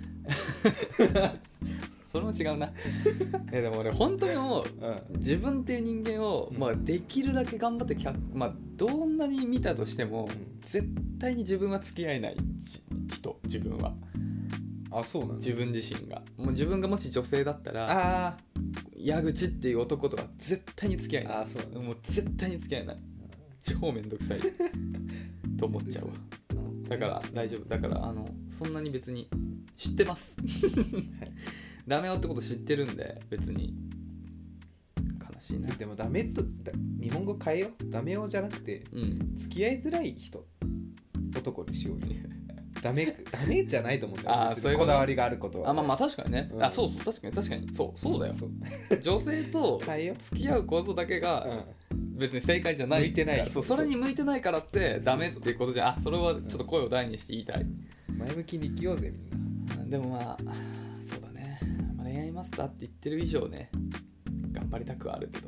[SPEAKER 2] それも違うなえでも俺本当に思う、うん、自分っていう人間を、うんまあ、できるだけ頑張って、まあ、どんなに見たとしても、うん、絶対に自分は付き合えない人自分は
[SPEAKER 1] あそうなんだ。
[SPEAKER 2] 自分自身がもう自分がもし女性だったら
[SPEAKER 1] あ
[SPEAKER 2] 矢口っていう男とか絶対に付き合えない。
[SPEAKER 1] あそうなんだ。
[SPEAKER 2] もう絶対に付き合えない。超めんどくさいと思っちゃうわ。だから大丈夫だからあのそんなに別に知ってますダメよってこと知ってるんで別に悲しいな。
[SPEAKER 1] でもダメと日本語変えよう。ダメよじゃなくて、うん、付き合いづらい人男にしようよダメダメじゃないと思うんだよ。あそういうこだわりがあることは。
[SPEAKER 2] あまあまあ確かにね、うん、あそうそう確かに確かにそうそうだよ。そうそう女性と付き合うことだけが別に正解じゃない。
[SPEAKER 1] 向いてない。
[SPEAKER 2] そうそれに向いてないからってダメっていうことじゃあそれはちょっと声を大にして言いたい。
[SPEAKER 1] 前向きに生きようぜみんな。
[SPEAKER 2] でもまあそうだね、まあ、恋愛マスターって言ってる以上ね頑張りたくはあるけど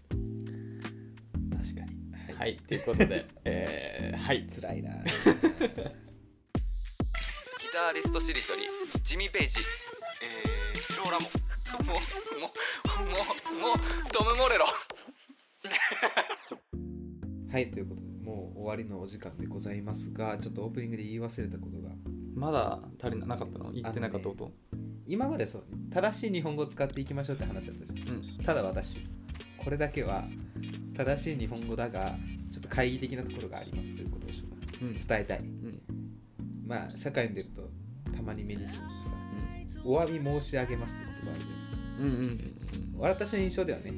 [SPEAKER 2] 確かにはい、はい、ということでえー、はい
[SPEAKER 1] 辛いなギ
[SPEAKER 2] タリストしりとりジミー・ペイジえー、ローラモンもうもうもうもうトム・モレロ
[SPEAKER 1] はいということでもう終わりのお時間でございますがちょっとオープニングで言い忘れたことが
[SPEAKER 2] まだ足りなかったの言ってなかったこと、ね、
[SPEAKER 1] 今までそう正しい日本語を使っていきましょうって話だったじゃん、うん、ただ私これだけは正しい日本語だがちょっと懐疑的なところがありますということを、うん、伝えたい、うん、まあ社会に出るとたまに目にするのさ、うん、お詫び申し上げますって言葉あるじゃないですか、うんうんうん、私の印象ではね、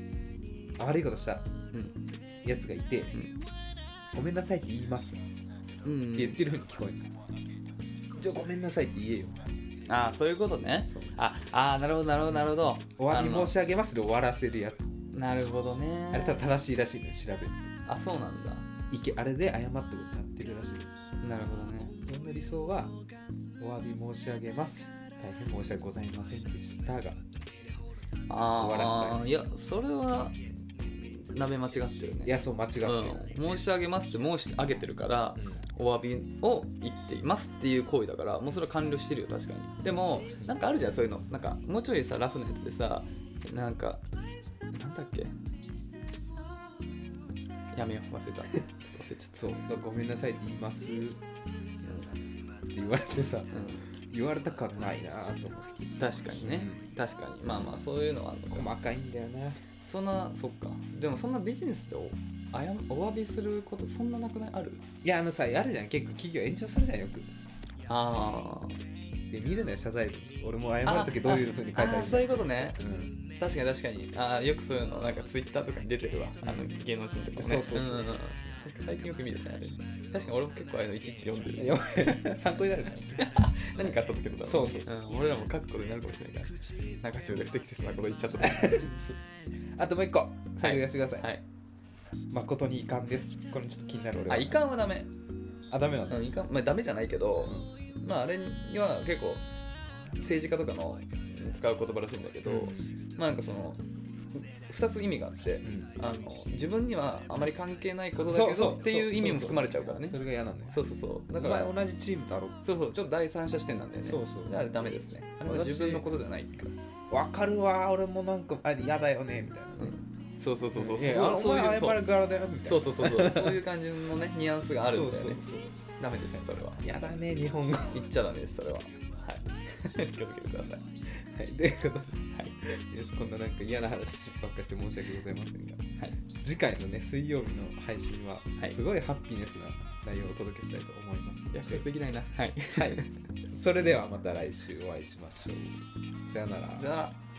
[SPEAKER 1] うん、悪いことした、うん、やつがいて、うん、ごめんなさいって言います
[SPEAKER 2] うん、
[SPEAKER 1] って言ってる風に聞こえる。じゃあごめんなさいって言えよ。
[SPEAKER 2] ああそういうことね。ああなるほどなるほどなるほど。
[SPEAKER 1] お詫び申し上げますで終わらせるやつ。
[SPEAKER 2] なるほどね。
[SPEAKER 1] あれ多分正しいらしいね、調べると。
[SPEAKER 2] あそうなんだ。
[SPEAKER 1] いけあれで謝ってことになってるらしい。
[SPEAKER 2] なるほどね。
[SPEAKER 1] 俺の理想はお詫び申し上げます、大変申し訳ございませんでしたが
[SPEAKER 2] あ
[SPEAKER 1] 終わらせたい。
[SPEAKER 2] いやそれは鍋間違ってるね。
[SPEAKER 1] いやそう間違ってる、
[SPEAKER 2] うん、申し上げますって申し上げてるから、うん、お詫びを言っていますっていう行為だからもうそれは完了してるよ確かに。でもなんかあるじゃんそういうの。なんかもうちょいさラフなやつでさなんかなんだっけやめよう忘れたちょっと忘れちゃった。
[SPEAKER 1] そうだごめんなさいって言います、うん、って言われてさ、うん、言われた感ないなと思って。
[SPEAKER 2] 確かにね、うん、確かにまあまあそういうのは
[SPEAKER 1] 細かいんだよな。
[SPEAKER 2] そんなそっか。でもそんなビジネスで お, あやお詫びすることそんななくない？ある？
[SPEAKER 1] いやあのさあるじゃん、結構企業延長するじゃんよく。
[SPEAKER 2] ああ
[SPEAKER 1] で見るのよ謝罪文。俺も謝るときどういう風に書いてある。
[SPEAKER 2] ああそういうことね、うん、確かに確かに。ああよくそういうのなんかツイッターとかに出てるわ、あの芸能人とかね。
[SPEAKER 1] そうそうそう、うん、
[SPEAKER 2] 最近よく見るね。確かに俺も結構あのいちいち読んでる。
[SPEAKER 1] 参考になるね。
[SPEAKER 2] 何かあった時とか
[SPEAKER 1] そうそうそう、
[SPEAKER 2] うん、俺らも書くことになるかもしれないから、なんか中で不適切なこと言っちゃったと
[SPEAKER 1] あともう一個最後言わせてください。
[SPEAKER 2] はい、
[SPEAKER 1] 誠に遺憾です。これちょっと気になる俺は。
[SPEAKER 2] あ遺憾はダメ。
[SPEAKER 1] あダメなんだ。
[SPEAKER 2] 遺憾まあダメじゃないけど、うん、まああれには結構政治家とかの使う言葉らしいんだけど、うん、まあなんかそのふたつ意味があって、うん、あの自分にはあまり関係ないことだけどっていう意味も含まれちゃうからね。
[SPEAKER 1] それが嫌なんだよ。
[SPEAKER 2] そうそうそうだ
[SPEAKER 1] から同じチームだろう。
[SPEAKER 2] そうそうちょっと第三者視点なんだよね。
[SPEAKER 1] そうそう
[SPEAKER 2] だからダメですね。あれは自分のことではないから。
[SPEAKER 1] わかるわ俺もなんかあれ嫌だよねみたいな、ね
[SPEAKER 2] うん、そうそうそうそうそう
[SPEAKER 1] そういう謝る側だよみたいな。
[SPEAKER 2] そうそうそうそうそういう感じのねニュアンスがあるんだよね。
[SPEAKER 1] そうそうそう
[SPEAKER 2] ダメですそれは。
[SPEAKER 1] 嫌だね日本語
[SPEAKER 2] 言っちゃダメですそれは。はい気をつけてください。
[SPEAKER 1] はいということで、はい、よしこんななんか嫌な話ばっかして申し訳ございませんが、はい、次回のね水曜日の配信は、はい、すごいハッピーネスな内容をお届けしたいと思います。
[SPEAKER 2] 約束できないな。はい、
[SPEAKER 1] はい、それではまた来週お会いしましょう。さよなら。
[SPEAKER 2] さよなら。